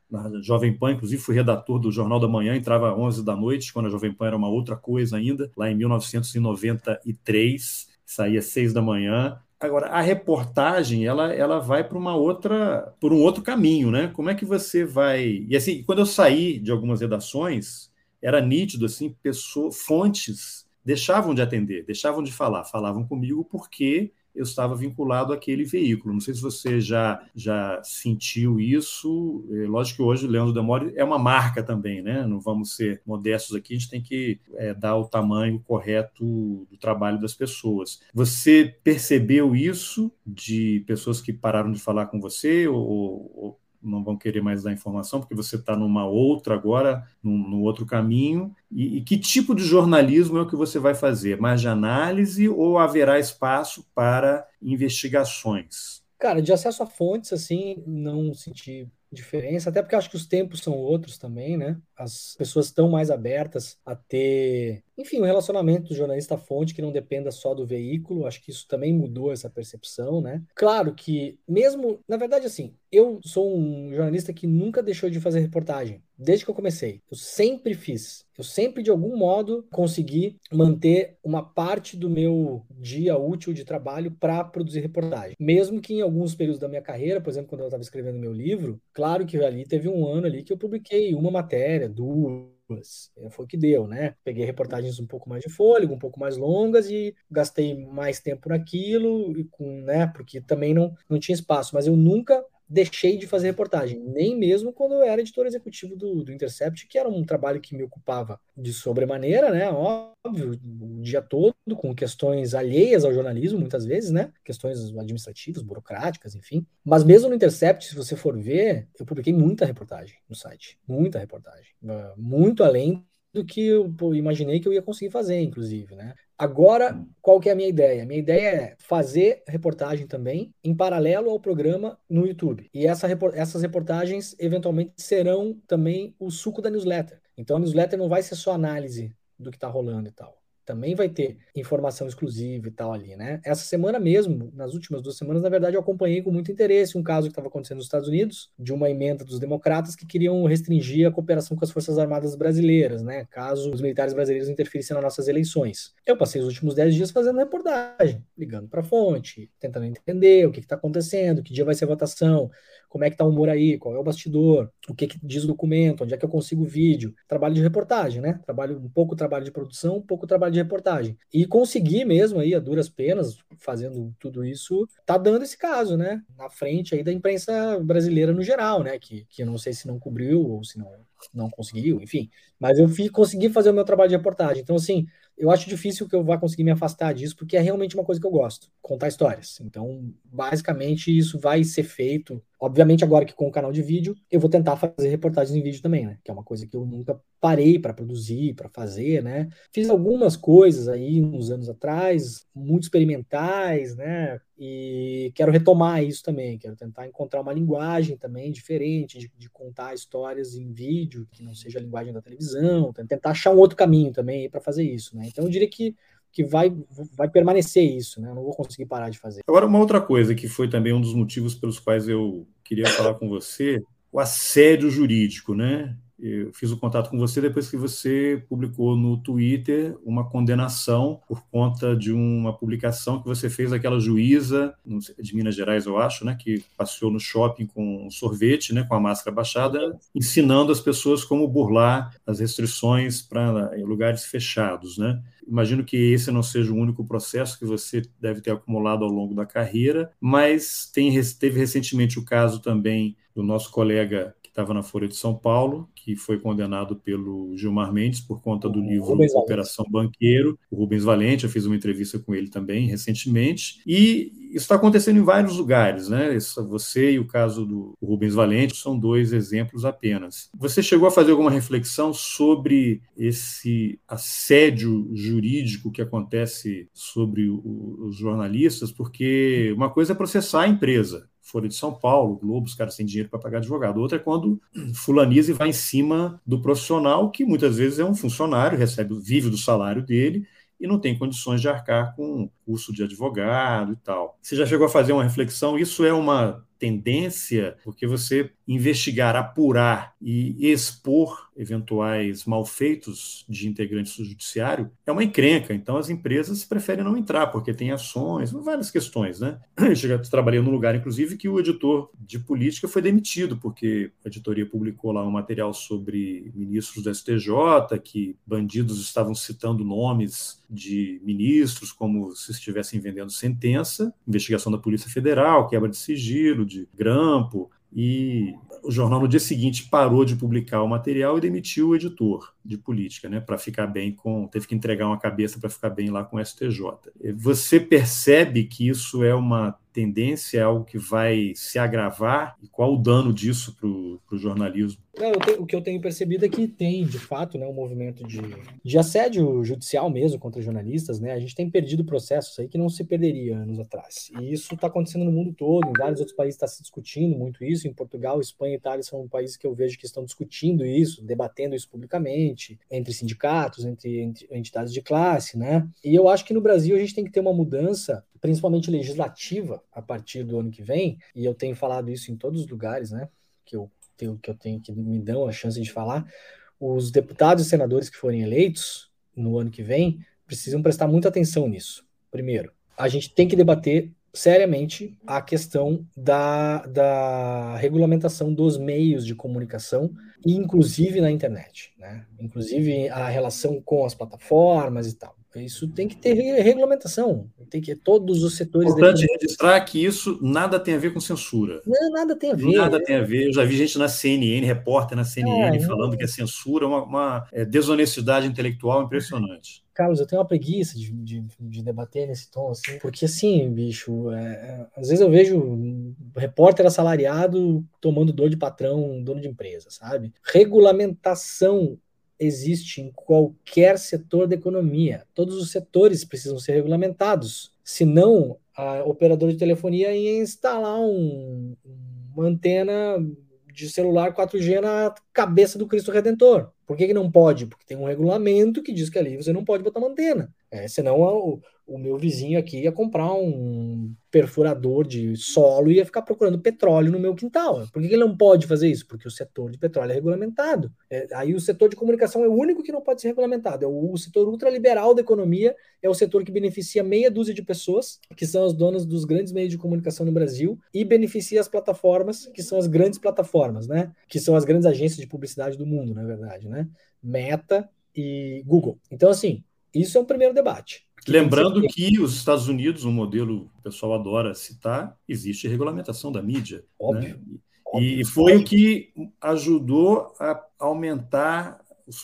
na Jovem Pan, inclusive fui redator do Jornal da Manhã, entrava às onze da noite, quando a Jovem Pan era uma outra coisa ainda, lá em mil novecentos e noventa e três, saía às seis da manhã. Agora, a reportagem, ela, ela vai para uma outra, por um outro caminho, né? Como é que você vai... E assim, quando eu saí de algumas redações, era nítido, assim, pessoas, fontes deixavam de atender, deixavam de falar, falavam comigo porque eu estava vinculado àquele veículo. Não sei se você já, já sentiu isso. É, lógico que hoje o Leandro Demore é uma marca também, né? Não vamos ser modestos aqui, a gente tem que é, dar o tamanho correto do trabalho das pessoas. Você percebeu isso de pessoas que pararam de falar com você ou, ou não vão querer mais dar informação porque você está numa outra agora, num, num outro caminho? E, e que tipo de jornalismo é o que você vai fazer? Mais de análise ou haverá espaço para investigações? Cara, de acesso a fontes, assim, não senti diferença, até porque eu acho que os tempos são outros também, né? As pessoas estão mais abertas a ter, enfim, um relacionamento do jornalista-fonte que não dependa só do veículo. Acho que isso também mudou essa percepção, né? Claro que mesmo, na verdade, assim, eu sou um jornalista que nunca deixou de fazer reportagem, desde que eu comecei. Eu sempre fiz. Eu sempre, de algum modo, consegui manter uma parte do meu dia útil de trabalho para produzir reportagem. Mesmo que em alguns períodos da minha carreira, por exemplo, quando eu estava escrevendo meu livro, claro que ali teve um ano ali que eu publiquei uma matéria, duas, foi o que deu, né? Peguei reportagens um pouco mais de fôlego, um pouco mais longas e gastei mais tempo naquilo, e com, né? Porque também não, não tinha espaço. Mas eu nunca deixei de fazer reportagem, nem mesmo quando eu era editor executivo do, do Intercept, que era um trabalho que me ocupava de sobremaneira, né? Óbvio, o dia todo, com questões alheias ao jornalismo, muitas vezes, né? Questões administrativas, burocráticas, enfim. Mas mesmo no Intercept, se você for ver, eu publiquei muita reportagem no site, muita reportagem, muito além do que eu imaginei que eu ia conseguir fazer, inclusive, né? Agora, qual que é a minha ideia? A minha ideia é fazer reportagem também em paralelo ao programa no YouTube. E essa, essas reportagens, eventualmente, serão também o suco da newsletter. Então, a newsletter não vai ser só análise do que está rolando e tal. Também vai ter informação exclusiva e tal ali, né? Essa semana mesmo, nas últimas duas semanas, na verdade, eu acompanhei com muito interesse um caso que estava acontecendo nos Estados Unidos, de uma emenda dos democratas que queriam restringir a cooperação com as Forças Armadas brasileiras, né? Caso os militares brasileiros interferissem nas nossas eleições. Eu passei os últimos dez dias fazendo reportagem, ligando para a fonte, tentando entender o que está acontecendo, que dia vai ser a votação, como é que está o humor aí, qual é o bastidor, o que, que diz o documento, onde é que eu consigo o vídeo. Trabalho de reportagem, né? Trabalho, um pouco trabalho de produção, um pouco trabalho de reportagem. E consegui mesmo aí, a duras penas, fazendo tudo isso, tá dando esse caso, né? Na frente aí da imprensa brasileira no geral, né? Que, que eu não sei se não cobriu ou se não, não conseguiu, enfim. Mas eu fui, consegui fazer o meu trabalho de reportagem. Então, assim, eu acho difícil que eu vá conseguir me afastar disso, porque é realmente uma coisa que eu gosto, contar histórias. Então, basicamente, isso vai ser feito. Obviamente, agora que com o canal de vídeo, eu vou tentar fazer reportagens em vídeo também, né? Que é uma coisa que eu nunca parei para produzir, para fazer, né? Fiz algumas coisas aí uns anos atrás, muito experimentais, né? E quero retomar isso também, quero tentar encontrar uma linguagem também diferente de, de contar histórias em vídeo, que não seja a linguagem da televisão, tentar achar um outro caminho também para fazer isso, né? Então eu diria que que vai, vai permanecer isso, né? Eu não vou conseguir parar de fazer. Agora, uma outra coisa que foi também um dos motivos pelos quais eu queria falar com você, o assédio jurídico, né? Eu fiz o contato com você depois que você publicou no Twitter uma condenação por conta de uma publicação que você fez daquela juíza de Minas Gerais, eu acho, né, que passeou no shopping com um sorvete, né, com a máscara baixada, ensinando as pessoas como burlar as restrições para lugares fechados, né? Imagino que esse não seja o único processo que você deve ter acumulado ao longo da carreira, mas tem, teve recentemente o caso também do nosso colega que estava na Folha de São Paulo, que foi condenado pelo Gilmar Mendes por conta do livro Operação Banqueiro, o Rubens Valente. Eu fiz uma entrevista com ele também recentemente, e isso está acontecendo em vários lugares, né? Você e o caso do Rubens Valente são dois exemplos apenas. Você chegou a fazer alguma reflexão sobre esse assédio jurídico que acontece sobre os jornalistas? Porque uma coisa é processar a empresa, Folha de São Paulo, Globo, os caras têm dinheiro para pagar advogado. Outra é quando fulaniza e vai em cima do profissional, que muitas vezes é um funcionário, recebe, vive do salário dele e não tem condições de arcar com custo de advogado e tal. Você já chegou a fazer uma reflexão? Isso é uma tendência, porque você investigar, apurar e expor eventuais malfeitos de integrantes do judiciário é uma encrenca. Então, as empresas preferem não entrar, porque tem ações, várias questões, né? Eu já trabalhei num lugar, inclusive, que o editor de política foi demitido, porque a editoria publicou lá um material sobre ministros do S T J, que bandidos estavam citando nomes de ministros como se estivessem vendendo sentença, investigação da Polícia Federal, quebra de sigilo, de grampo, e o jornal no dia seguinte parou de publicar o material e demitiu o editor de política, né, para ficar bem com... Teve que entregar uma cabeça para ficar bem lá com o S T J. Você percebe que isso é uma tendência, é algo que vai se agravar? E qual o dano disso para o jornalismo? Não, eu tenho, o que eu tenho percebido é que tem, de fato, né, um movimento de, de assédio judicial mesmo contra jornalistas, né? A gente tem perdido processos aí que não se perderia anos atrás. E isso está acontecendo no mundo todo, em vários outros países está se discutindo muito isso. Em Portugal, Espanha e Itália são países que eu vejo que estão discutindo isso, debatendo isso publicamente, entre sindicatos, entre, entre entidades de classe, né? E eu acho que no Brasil a gente tem que ter uma mudança, principalmente legislativa, a partir do ano que vem, e eu tenho falado isso em todos os lugares, né, que eu tenho, que eu tenho, que me dão a chance de falar. Os deputados e senadores que forem eleitos no ano que vem precisam prestar muita atenção nisso. Primeiro, a gente tem que debater seriamente a questão da, da regulamentação dos meios de comunicação, inclusive na internet, né? Inclusive a relação com as plataformas e tal. Isso tem que ter regulamentação, tem que todos os setores... Importante desse... registrar que isso nada tem a ver com censura. Não, nada tem a ver. Nada tem a ver. Eu já vi gente na C N N, repórter na C N N, é, falando não... que a censura é uma, uma é, desonestidade intelectual impressionante. Carlos, eu tenho uma preguiça de, de, de debater nesse tom, assim, porque assim, bicho, é, é, às vezes eu vejo um repórter assalariado tomando dor de patrão, dono de empresa, sabe? Regulamentação existe em qualquer setor da economia. Todos os setores precisam ser regulamentados. Senão, a operadora de telefonia ia instalar um, uma antena de celular quatro G na cabeça do Cristo Redentor. Por que que não pode? Porque tem um regulamento que diz que ali você não pode botar uma antena. É, senão o, o meu vizinho aqui ia comprar um perfurador de solo e ia ficar procurando petróleo no meu quintal. Por que que ele não pode fazer isso? Porque o setor de petróleo é regulamentado. É, aí o setor de comunicação é o único que não pode ser regulamentado. É o, o setor ultraliberal da economia, é o setor que beneficia meia dúzia de pessoas, que são as donas dos grandes meios de comunicação no Brasil, e beneficia as plataformas, que são as grandes plataformas, né? Que são as grandes agências de publicidade do mundo, na verdade, né? Meta e Google. Então, assim, isso é um primeiro debate. Lembrando que, que os Estados Unidos, um modelo que o pessoal adora citar, existe regulamentação da mídia. Óbvio. Né? Óbvio, e foi óbvio. O que ajudou a aumentar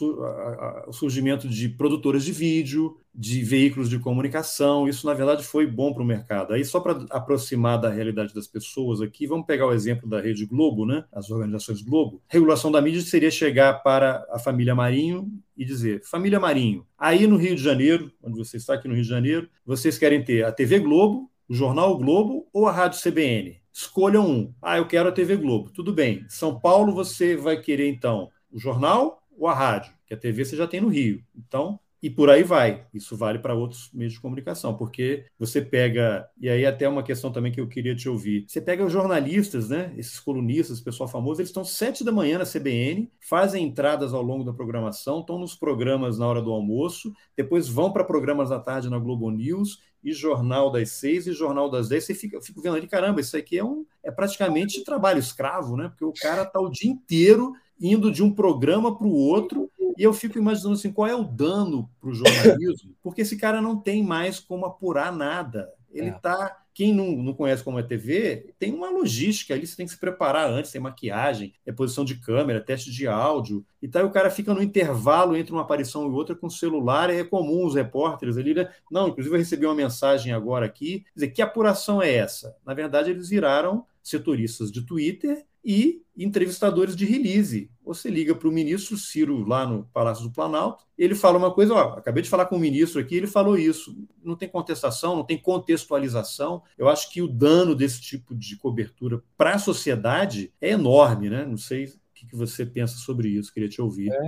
o surgimento de produtoras de vídeo, de veículos de comunicação. Isso, na verdade, foi bom para o mercado. Aí, só para aproximar da realidade das pessoas aqui, vamos pegar o exemplo da Rede Globo, né? As organizações Globo. Regulação da mídia seria chegar para a família Marinho e dizer: família Marinho, aí no Rio de Janeiro, onde você está aqui no Rio de Janeiro, vocês querem ter a T V Globo, o Jornal Globo ou a Rádio C B N? Escolham um. Ah, eu quero a T V Globo. Tudo bem. São Paulo, você vai querer, então, o jornal ou a rádio? Que a T V você já tem no Rio. Então, e por aí vai. Isso vale para outros meios de comunicação, porque você pega, e aí até uma questão também que eu queria te ouvir, você pega os jornalistas, né, esses colunistas, pessoal famoso, eles estão sete da manhã na C B N, fazem entradas ao longo da programação, estão nos programas na hora do almoço, depois vão para programas da tarde na Globo News, e Jornal das seis e Jornal das dez, você fica, eu fico vendo ali, caramba, isso aqui é, um, é praticamente trabalho escravo, né, porque o cara está o dia inteiro indo de um programa para o outro, e eu fico imaginando assim, qual é o dano para o jornalismo? Porque esse cara não tem mais como apurar nada. Ele está... É. Quem não, não conhece como é T V, tem uma logística ali, você tem que se preparar antes, tem maquiagem, é posição de câmera, teste de áudio, e tal, e o cara fica no intervalo entre uma aparição e outra com o celular, e é comum os repórteres ali, né? Não, inclusive eu recebi uma mensagem agora aqui, quer dizer, que apuração é essa? Na verdade, eles viraram setoristas de Twitter e entrevistadores de release. Você liga para o ministro Ciro lá no Palácio do Planalto, ele fala uma coisa, ó, acabei de falar com o ministro aqui, ele falou isso. Não tem contestação, não tem contextualização. Eu acho que o dano desse tipo de cobertura para a sociedade é enorme, né? Não sei o que você pensa sobre isso, queria te ouvir. É,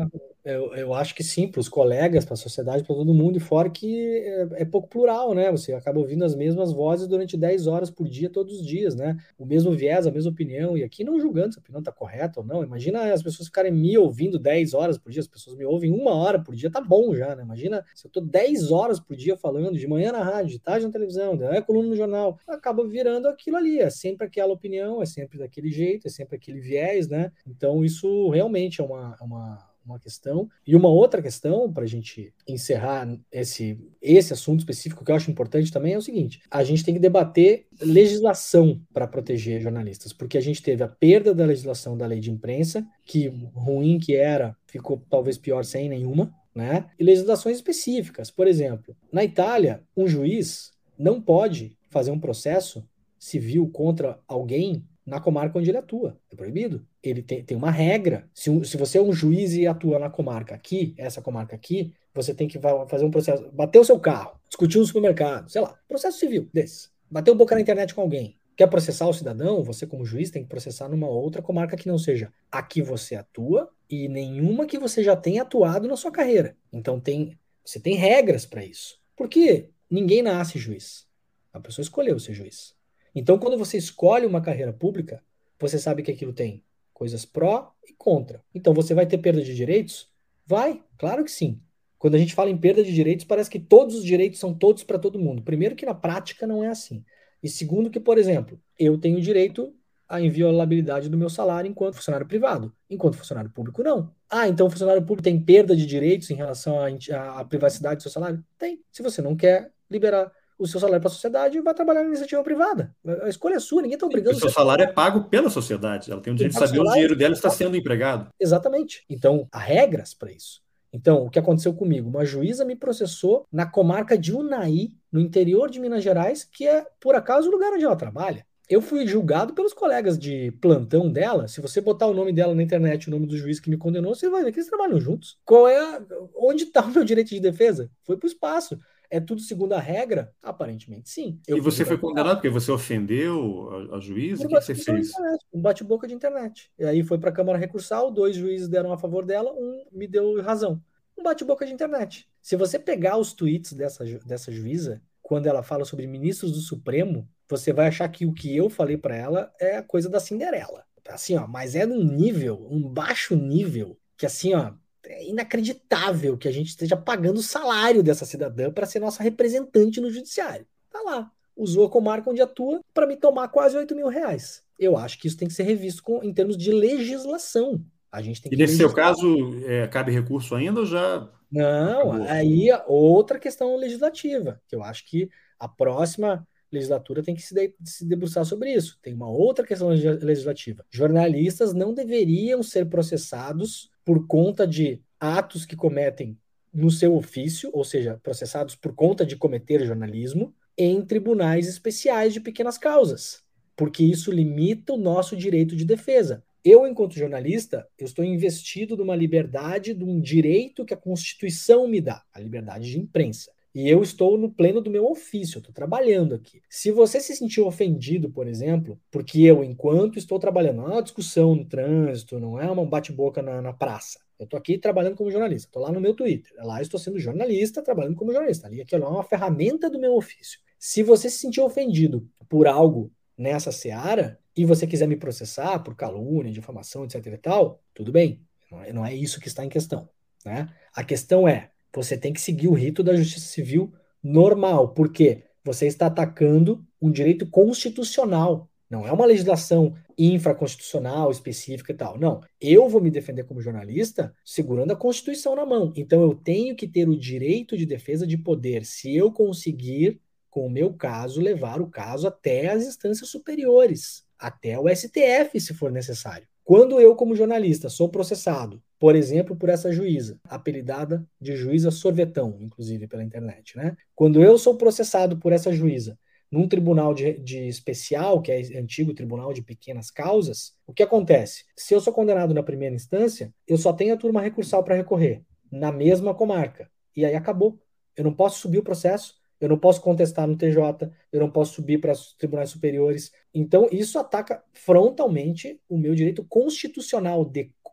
Eu, eu acho que sim, para os colegas, para a sociedade, para todo mundo, e fora que é, é pouco plural, né? Você acaba ouvindo as mesmas vozes durante dez horas por dia, todos os dias, né? O mesmo viés, a mesma opinião, e aqui não julgando se a opinião está correta ou não. Imagina as pessoas ficarem me ouvindo dez horas por dia, as pessoas me ouvem uma hora por dia, tá bom já, né? Imagina se eu estou dez horas por dia falando, de manhã na rádio, de tarde na televisão, é coluna no jornal, acaba virando aquilo ali, é sempre aquela opinião, é sempre daquele jeito, é sempre aquele viés, né? Então isso realmente é uma, uma uma questão. E uma outra questão, para a gente encerrar esse, esse assunto específico, que eu acho importante também, é o seguinte: a gente tem que debater legislação para proteger jornalistas, porque a gente teve a perda da legislação da lei de imprensa, que ruim que era, ficou talvez pior sem nenhuma, né? E legislações específicas. Por exemplo, na Itália, um juiz não pode fazer um processo civil contra alguém na comarca onde ele atua. É proibido. Ele tem, tem uma regra. Se, um, se você é um juiz e atua na comarca aqui, essa comarca aqui, você tem que fazer um processo, bater o seu carro, discutir no supermercado, sei lá, processo civil desse. Bateu boca na internet com alguém. Quer processar o cidadão? Você, como juiz, tem que processar numa outra comarca que não seja a que você atua e nenhuma que você já tenha atuado na sua carreira. Então, tem, você tem regras para isso. Porque ninguém nasce juiz. A pessoa escolheu ser juiz. Então, quando você escolhe uma carreira pública, você sabe que aquilo tem coisas pró e contra. Então, você vai ter perda de direitos? Vai, claro que sim. Quando a gente fala em perda de direitos, parece que todos os direitos são todos para todo mundo. Primeiro que na prática não é assim. E segundo que, por exemplo, eu tenho direito à inviolabilidade do meu salário enquanto funcionário privado. Enquanto funcionário público, não. Ah, então o funcionário público tem perda de direitos em relação à, à privacidade do seu salário? Tem. Se você não quer liberar o seu salário para a sociedade, vai trabalhar na iniciativa privada. A escolha é sua, ninguém está obrigando. O seu salário é pago pela sociedade. Ela tem o direito de saber o dinheiro dela está sendo empregado. Exatamente. Então, há regras para isso. Então, o que aconteceu comigo? Uma juíza me processou na comarca de Unai, no interior de Minas Gerais, que é, por acaso, o lugar onde ela trabalha. Eu fui julgado pelos colegas de plantão dela. Se você botar o nome dela na internet, o nome do juiz que me condenou, você vai ver que eles trabalham juntos. Qual é a... Onde está o meu direito de defesa? Foi para o espaço. É tudo segundo a regra? Aparentemente, sim. Eu e você foi condenado porque você ofendeu a, a juíza? O que, que você fez? Internet, um bate-boca de internet. E aí foi para a Câmara Recursal, dois juízes deram a favor dela, um me deu razão. Um bate-boca de internet. Se você pegar os tweets dessa, dessa juíza, quando ela fala sobre ministros do Supremo, você vai achar que o que eu falei para ela é a coisa da Cinderela. Assim, ó, mas é num nível, um baixo nível, que assim, ó, é inacreditável que a gente esteja pagando o salário dessa cidadã para ser nossa representante no judiciário. Tá lá. Usou a comarca onde atua para me tomar quase oito mil reais. Eu acho que isso tem que ser revisto com, em termos de legislação. A gente tem que e nesse legislar. seu caso, é, cabe recurso ainda ou já... Não, acabou? Aí outra questão legislativa, que eu acho que a próxima legislatura tem que se, de, se debruçar sobre isso. Tem uma outra questão legislativa. Jornalistas não deveriam ser processados por conta de atos que cometem no seu ofício, ou seja, processados por conta de cometer jornalismo, em tribunais especiais de pequenas causas, porque isso limita o nosso direito de defesa. Eu, enquanto jornalista, eu estou investido numa liberdade, de um direito que a Constituição me dá, a liberdade de imprensa. E eu estou no pleno do meu ofício, eu estou trabalhando aqui. Se você se sentiu ofendido, por exemplo, porque eu, enquanto estou trabalhando, não é uma discussão no trânsito, não é um bate-boca na, na praça. Eu estou aqui trabalhando como jornalista, estou lá no meu Twitter. Lá eu estou sendo jornalista, trabalhando como jornalista. Ali aquilo é uma ferramenta do meu ofício. Se você se sentiu ofendido por algo nessa seara e você quiser me processar por calúnia, difamação, etc e tal, tudo bem. Não é, não é isso que está em questão, né? A questão é, você tem que seguir o rito da justiça civil normal, porque você está atacando um direito constitucional. Não é uma legislação infraconstitucional específica e tal. Não. Eu vou me defender como jornalista segurando a Constituição na mão. Então eu tenho que ter o direito de defesa de poder, se eu conseguir, com o meu caso, levar o caso até as instâncias superiores, até o S T F, se for necessário. Quando eu, como jornalista, sou processado, por exemplo, por essa juíza, apelidada de juíza sorvetão, inclusive pela internet, né? Quando eu sou processado por essa juíza num tribunal de, de especial, que é antigo tribunal de pequenas causas, o que acontece? Se eu sou condenado na primeira instância, eu só tenho a turma recursal para recorrer, na mesma comarca. E aí acabou. Eu não posso subir o processo, eu não posso contestar no T J, eu não posso subir para os tribunais superiores. Então, isso ataca frontalmente o meu direito constitucional de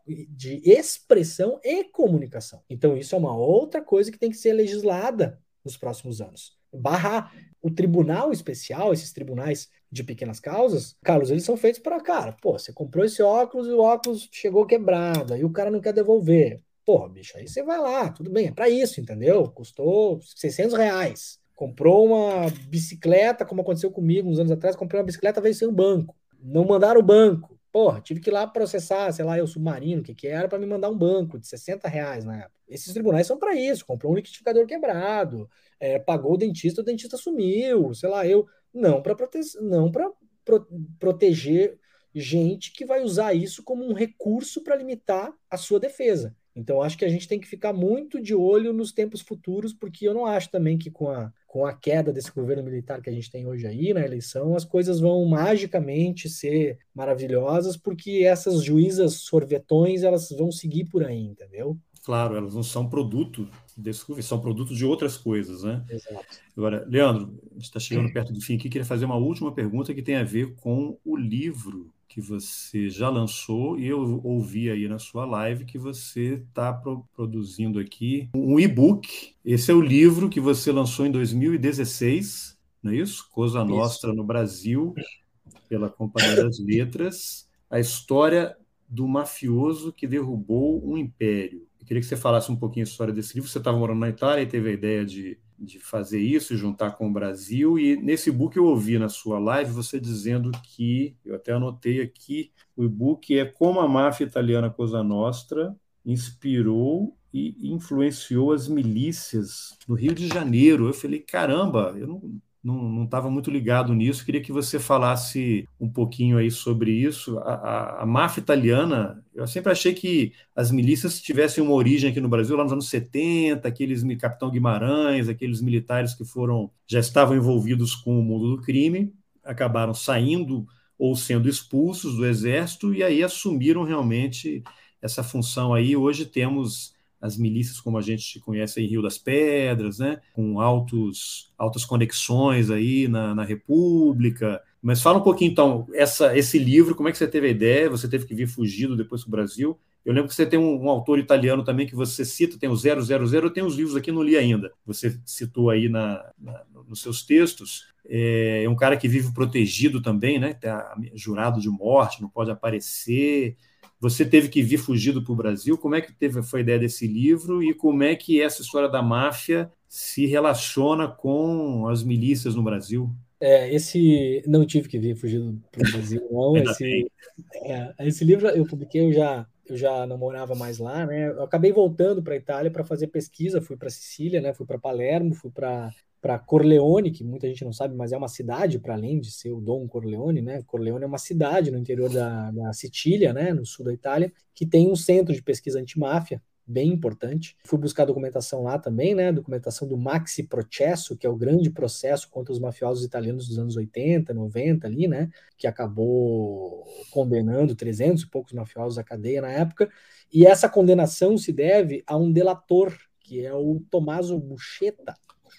de expressão e comunicação. Então, isso é uma outra coisa que tem que ser legislada nos próximos anos. Barrar o tribunal especial, esses tribunais de pequenas causas, Carlos, eles são feitos para, cara, pô, você comprou esse óculos e o óculos chegou quebrado, aí o cara não quer devolver. Porra, bicho, aí você vai lá, tudo bem, é para isso, entendeu? Custou seiscentos reais. Comprou uma bicicleta, como aconteceu comigo uns anos atrás, comprei uma bicicleta, veio sem um banco. Não mandaram o banco. Porra, tive que ir lá processar, sei lá, eu submarino, o que que era, para me mandar um banco de sessenta reais na época. Esses tribunais são para isso, comprou um liquidificador quebrado, é, pagou o dentista, o dentista sumiu, sei lá, eu... Não para prote... não para pro... proteger gente que vai usar isso como um recurso para limitar a sua defesa. Então, acho que a gente tem que ficar muito de olho nos tempos futuros, porque eu não acho também que com a, com a queda desse governo militar que a gente tem hoje aí na eleição, as coisas vão magicamente ser maravilhosas, porque essas juízas sorvetões, elas vão seguir por aí, entendeu? Claro, elas não são produto desse governo, são produto de outras coisas, né? Exato. Agora, Leandro, a gente está chegando perto do fim aqui, queria fazer uma última pergunta que tem a ver com o livro que você já lançou, e eu ouvi aí na sua live que você está pro- produzindo aqui um e-book. Esse é o livro que você lançou em dois mil e dezesseis, não é isso? Cosa Nostra no Brasil, pela Companhia das Letras, a história do mafioso que derrubou um império. Eu queria que você falasse um pouquinho a história desse livro. Você estava morando na Itália e teve a ideia de, de fazer isso, juntar com o Brasil, e nesse e-book eu ouvi na sua live você dizendo que, eu até anotei aqui, o e-book é Como a Máfia Italiana Cosa Nostra inspirou e influenciou as milícias no Rio de Janeiro. Eu falei, caramba, eu não não estava muito ligado nisso. Queria que você falasse um pouquinho aí sobre isso. A, a, a máfia italiana, eu sempre achei que as milícias tivessem uma origem aqui no Brasil lá nos anos setenta, aqueles Capitão Guimarães, aqueles militares que foram já estavam envolvidos com o mundo do crime, acabaram saindo ou sendo expulsos do exército e aí assumiram realmente essa função aí. Hoje temos as milícias como a gente conhece em Rio das Pedras, né? Com altos, altas conexões aí na, na República. Mas fala um pouquinho, então, essa, esse livro, como é que você teve a ideia? Você teve que vir fugido depois para o Brasil. Eu lembro que você tem um, um autor italiano também que você cita, tem o zero zero zero, eu tenho os livros aqui, não li ainda. Você citou aí na, na, nos seus textos. É um cara que vive protegido também, né? Tá jurado de morte, não pode aparecer. Você teve que vir fugido para o Brasil. Como é que teve, foi a ideia desse livro e como é que essa história da máfia se relaciona com as milícias no Brasil? É, esse não tive que vir fugido para o Brasil, não. Esse, é, esse livro eu publiquei, eu já, eu já não morava mais lá, né? Eu acabei voltando para a Itália para fazer pesquisa, fui para Sicília, né? Fui para Palermo, fui para para Corleone, que muita gente não sabe, mas é uma cidade, para além de ser o Dom Corleone, né? Corleone é uma cidade no interior da, da Sicília, né? No sul da Itália, que tem um centro de pesquisa antimáfia bem importante. Fui buscar documentação lá também, né? Documentação do Maxi Processo, que é o grande processo contra os mafiosos italianos dos anos oitenta, noventa ali, né? Que acabou condenando trezentos e poucos mafiosos à cadeia na época. E essa condenação se deve a um delator, que é o Tommaso Buscetta.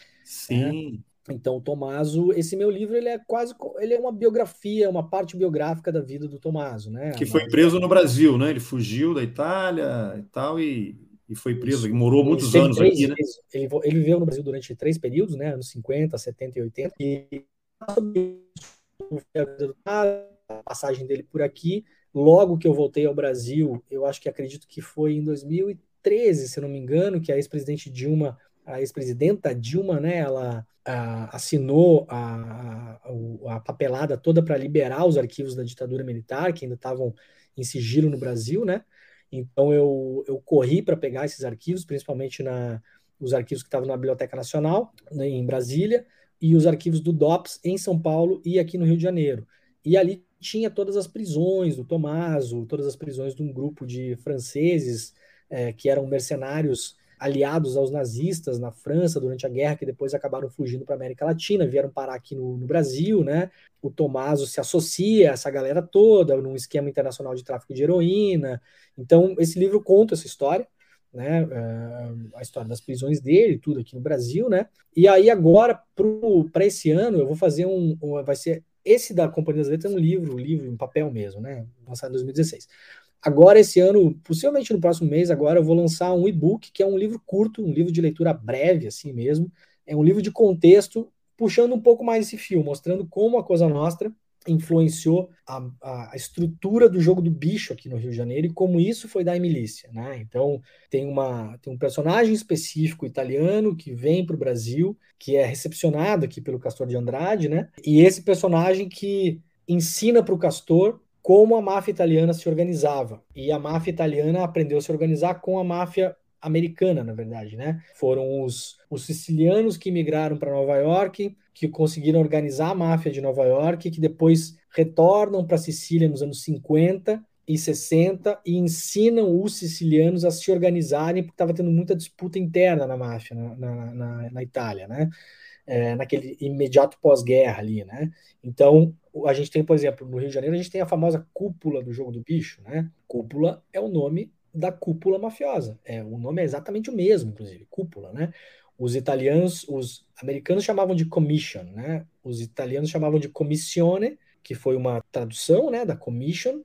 Sim. É. Então, o Tommaso, esse meu livro, ele é quase, ele é uma biografia, uma parte biográfica da vida do Tommaso, né? Que foi preso no Brasil, né? Ele fugiu da Itália e tal e, e foi preso, ele morou muitos anos três, aqui, né? Ele, ele viveu no Brasil durante três períodos, né? Anos cinquenta, setenta e oitenta. E a passagem dele por aqui, logo que eu voltei ao Brasil, eu acho que acredito que foi em dois mil e treze, se não me engano, que a ex-presidente Dilma, a ex-presidenta Dilma, né, ela a, assinou a, a, a papelada toda para liberar os arquivos da ditadura militar, que ainda estavam em sigilo no Brasil, né? Então eu, eu corri para pegar esses arquivos, principalmente na, os arquivos que estavam na Biblioteca Nacional, né, em Brasília, e os arquivos do DOPS em São Paulo e aqui no Rio de Janeiro. E ali tinha todas as prisões do Tommaso, todas as prisões de um grupo de franceses é, que eram mercenários aliados aos nazistas na França durante a guerra, que depois acabaram fugindo para a América Latina, vieram parar aqui no, no Brasil, né? O Tommaso se associa a essa galera toda num esquema internacional de tráfico de heroína. Então, esse livro conta essa história, né? Uh, a história das prisões dele, tudo aqui no Brasil, né? E aí agora, para esse ano, eu vou fazer um, um... vai ser esse da Companhia das Letras, é um livro, um livro em papel mesmo, né? Lançado em dois mil e dezesseis. Agora, esse ano, possivelmente no próximo mês, agora eu vou lançar um e-book, que é um livro curto, um livro de leitura breve, assim mesmo. É um livro de contexto, puxando um pouco mais esse fio, mostrando como a Cosa Nostra influenciou a, a, a estrutura do jogo do bicho aqui no Rio de Janeiro e como isso foi da milícia, né? Então, tem, uma, tem um personagem específico italiano que vem para o Brasil, que é recepcionado aqui pelo Castor de Andrade, né? E esse personagem que ensina para o Castor como a máfia italiana se organizava. E a máfia italiana aprendeu a se organizar com a máfia americana, na verdade, né? Foram os, os sicilianos que migraram para Nova York, que conseguiram organizar a máfia de Nova York, que depois retornam para a Sicília nos anos cinquenta e sessenta e ensinam os sicilianos a se organizarem, porque estava tendo muita disputa interna na máfia, na, na, na, na Itália, né? É, naquele imediato pós-guerra ali, né? Então, a gente tem, por exemplo, no Rio de Janeiro, a gente tem a famosa cúpula do jogo do bicho, né? Cúpula é o nome da cúpula mafiosa. É, o nome é exatamente o mesmo, inclusive, cúpula, né? Os italianos, os americanos chamavam de commission, né? Os italianos chamavam de commissione, que foi uma tradução, né, da commission,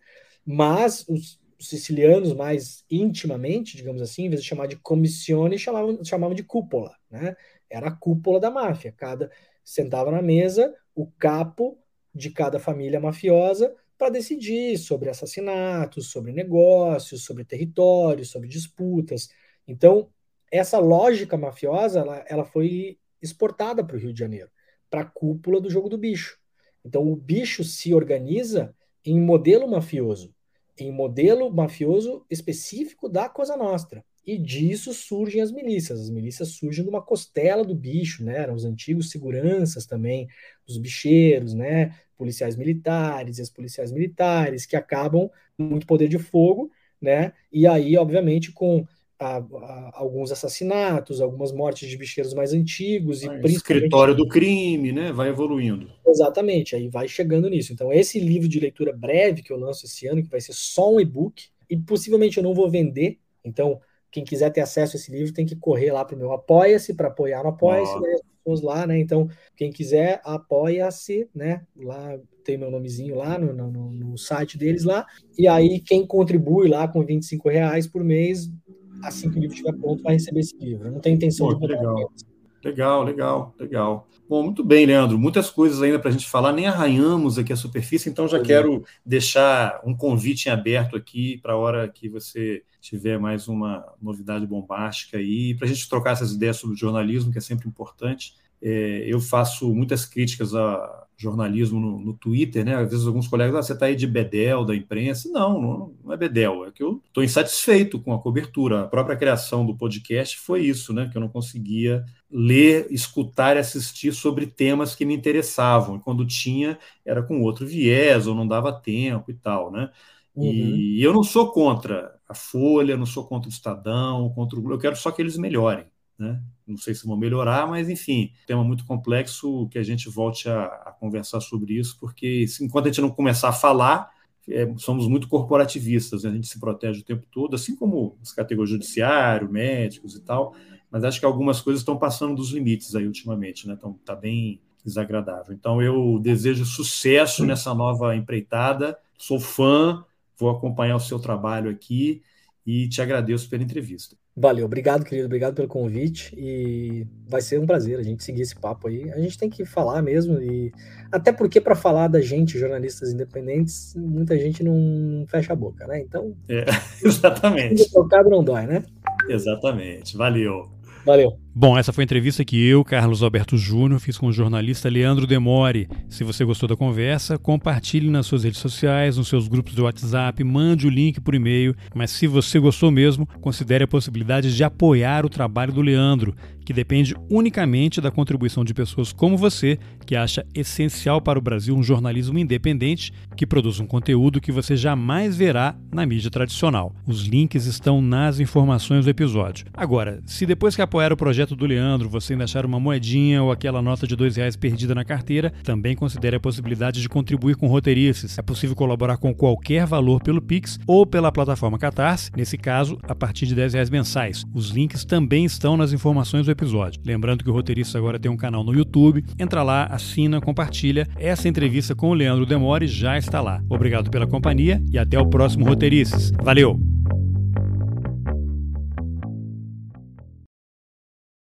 mas os, os sicilianos mais intimamente, digamos assim, em vez de chamar de commissione, chamavam, chamavam de cúpula, né? Era a cúpula da máfia. Cada sentava na mesa o capo de cada família mafiosa para decidir sobre assassinatos, sobre negócios, sobre territórios, sobre disputas. Então, essa lógica mafiosa, ela, ela foi exportada para o Rio de Janeiro, para a cúpula do jogo do bicho. Então, o bicho se organiza em modelo mafioso, em modelo mafioso específico da Cosa Nostra. E disso surgem as milícias. As milícias surgem de uma costela do bicho, né? Eram os antigos seguranças também, os bicheiros, né? Policiais militares, ex-policiais militares, que acabam com muito poder de fogo, né? E aí, obviamente, com a, a, alguns assassinatos, algumas mortes de bicheiros mais antigos. Ah, e principalmente... escritório do crime, né? Vai evoluindo. Exatamente, aí vai chegando nisso. Então, esse livro de leitura breve que eu lanço esse ano, que vai ser só um e-book, e possivelmente eu não vou vender, então... Quem quiser ter acesso a esse livro tem que correr lá para o meu Apoia-se, para apoiar no Apoia-se, Oh. né, as pessoas lá, né? Então, quem quiser, apoia-se, né? Lá tem meu nomezinho lá no, no, no site deles lá. E aí, quem contribui lá com vinte e cinco reais por mês, assim que o livro estiver pronto, vai receber esse livro. Eu não tenho intenção Pô, de botar legal. Legal, legal, legal. Bom, muito bem, Leandro. Muitas coisas ainda para a gente falar, nem arranhamos aqui a superfície, então já quero deixar um convite em aberto aqui para a hora que você tiver mais uma novidade bombástica aí, para a gente trocar essas ideias sobre o jornalismo, que é sempre importante. É, eu faço muitas críticas a jornalismo no, no Twitter, né? Às vezes alguns colegas, ah, você está aí de bedel da imprensa. Não, não, não é bedel, é que eu estou insatisfeito com a cobertura. A própria criação do podcast foi isso, né? Que eu não conseguia ler, escutar e assistir sobre temas que me interessavam. E quando tinha, era com outro viés, ou não dava tempo e tal, né? Uhum. E eu não sou contra a Folha, não sou contra o Estadão, contra o... eu quero só que eles melhorem, né? Não sei se vão melhorar, mas, enfim, tema muito complexo, que a gente volte a, a conversar sobre isso, porque se, enquanto a gente não começar a falar, é, somos muito corporativistas, né? A gente se protege o tempo todo, assim como as categorias judiciário, médicos e tal, mas acho que algumas coisas estão passando dos limites aí ultimamente, né? Então, está bem desagradável. Então, eu desejo sucesso nessa nova empreitada, sou fã, vou acompanhar o seu trabalho aqui e te agradeço pela entrevista. Valeu, obrigado, querido, obrigado pelo convite e vai ser um prazer a gente seguir esse papo aí. A gente tem que falar mesmo e até porque para falar da gente, jornalistas independentes, muita gente não fecha a boca, né? Então, é, exatamente. Tocado não dói, né? Exatamente. Valeu. Valeu. Bom, essa foi a entrevista que eu, Carlos Alberto Júnior, fiz com o jornalista Leandro Demore. Se você gostou da conversa, compartilhe nas suas redes sociais, nos seus grupos de WhatsApp, mande o link por e-mail. Mas se você gostou mesmo, considere a possibilidade de apoiar o trabalho do Leandro, que depende unicamente da contribuição de pessoas como você, que acha essencial para o Brasil um jornalismo independente que produz um conteúdo que você jamais verá na mídia tradicional. Os links estão nas informações do episódio. Agora, se depois que apoiar o projeto projeto do Leandro você ainda achar uma moedinha ou aquela nota de dois reais perdida na carteira, também considere a possibilidade de contribuir com Roteirices. É possível colaborar com qualquer valor pelo Pix ou pela plataforma Catarse, nesse caso, a partir de dez reais mensais. Os links também estão nas informações do episódio. Lembrando que o Roteirices agora tem um canal no YouTube. Entra lá, assina, compartilha. Essa entrevista com o Leandro Demore já está lá. Obrigado pela companhia e até o próximo Roteirices. Valeu!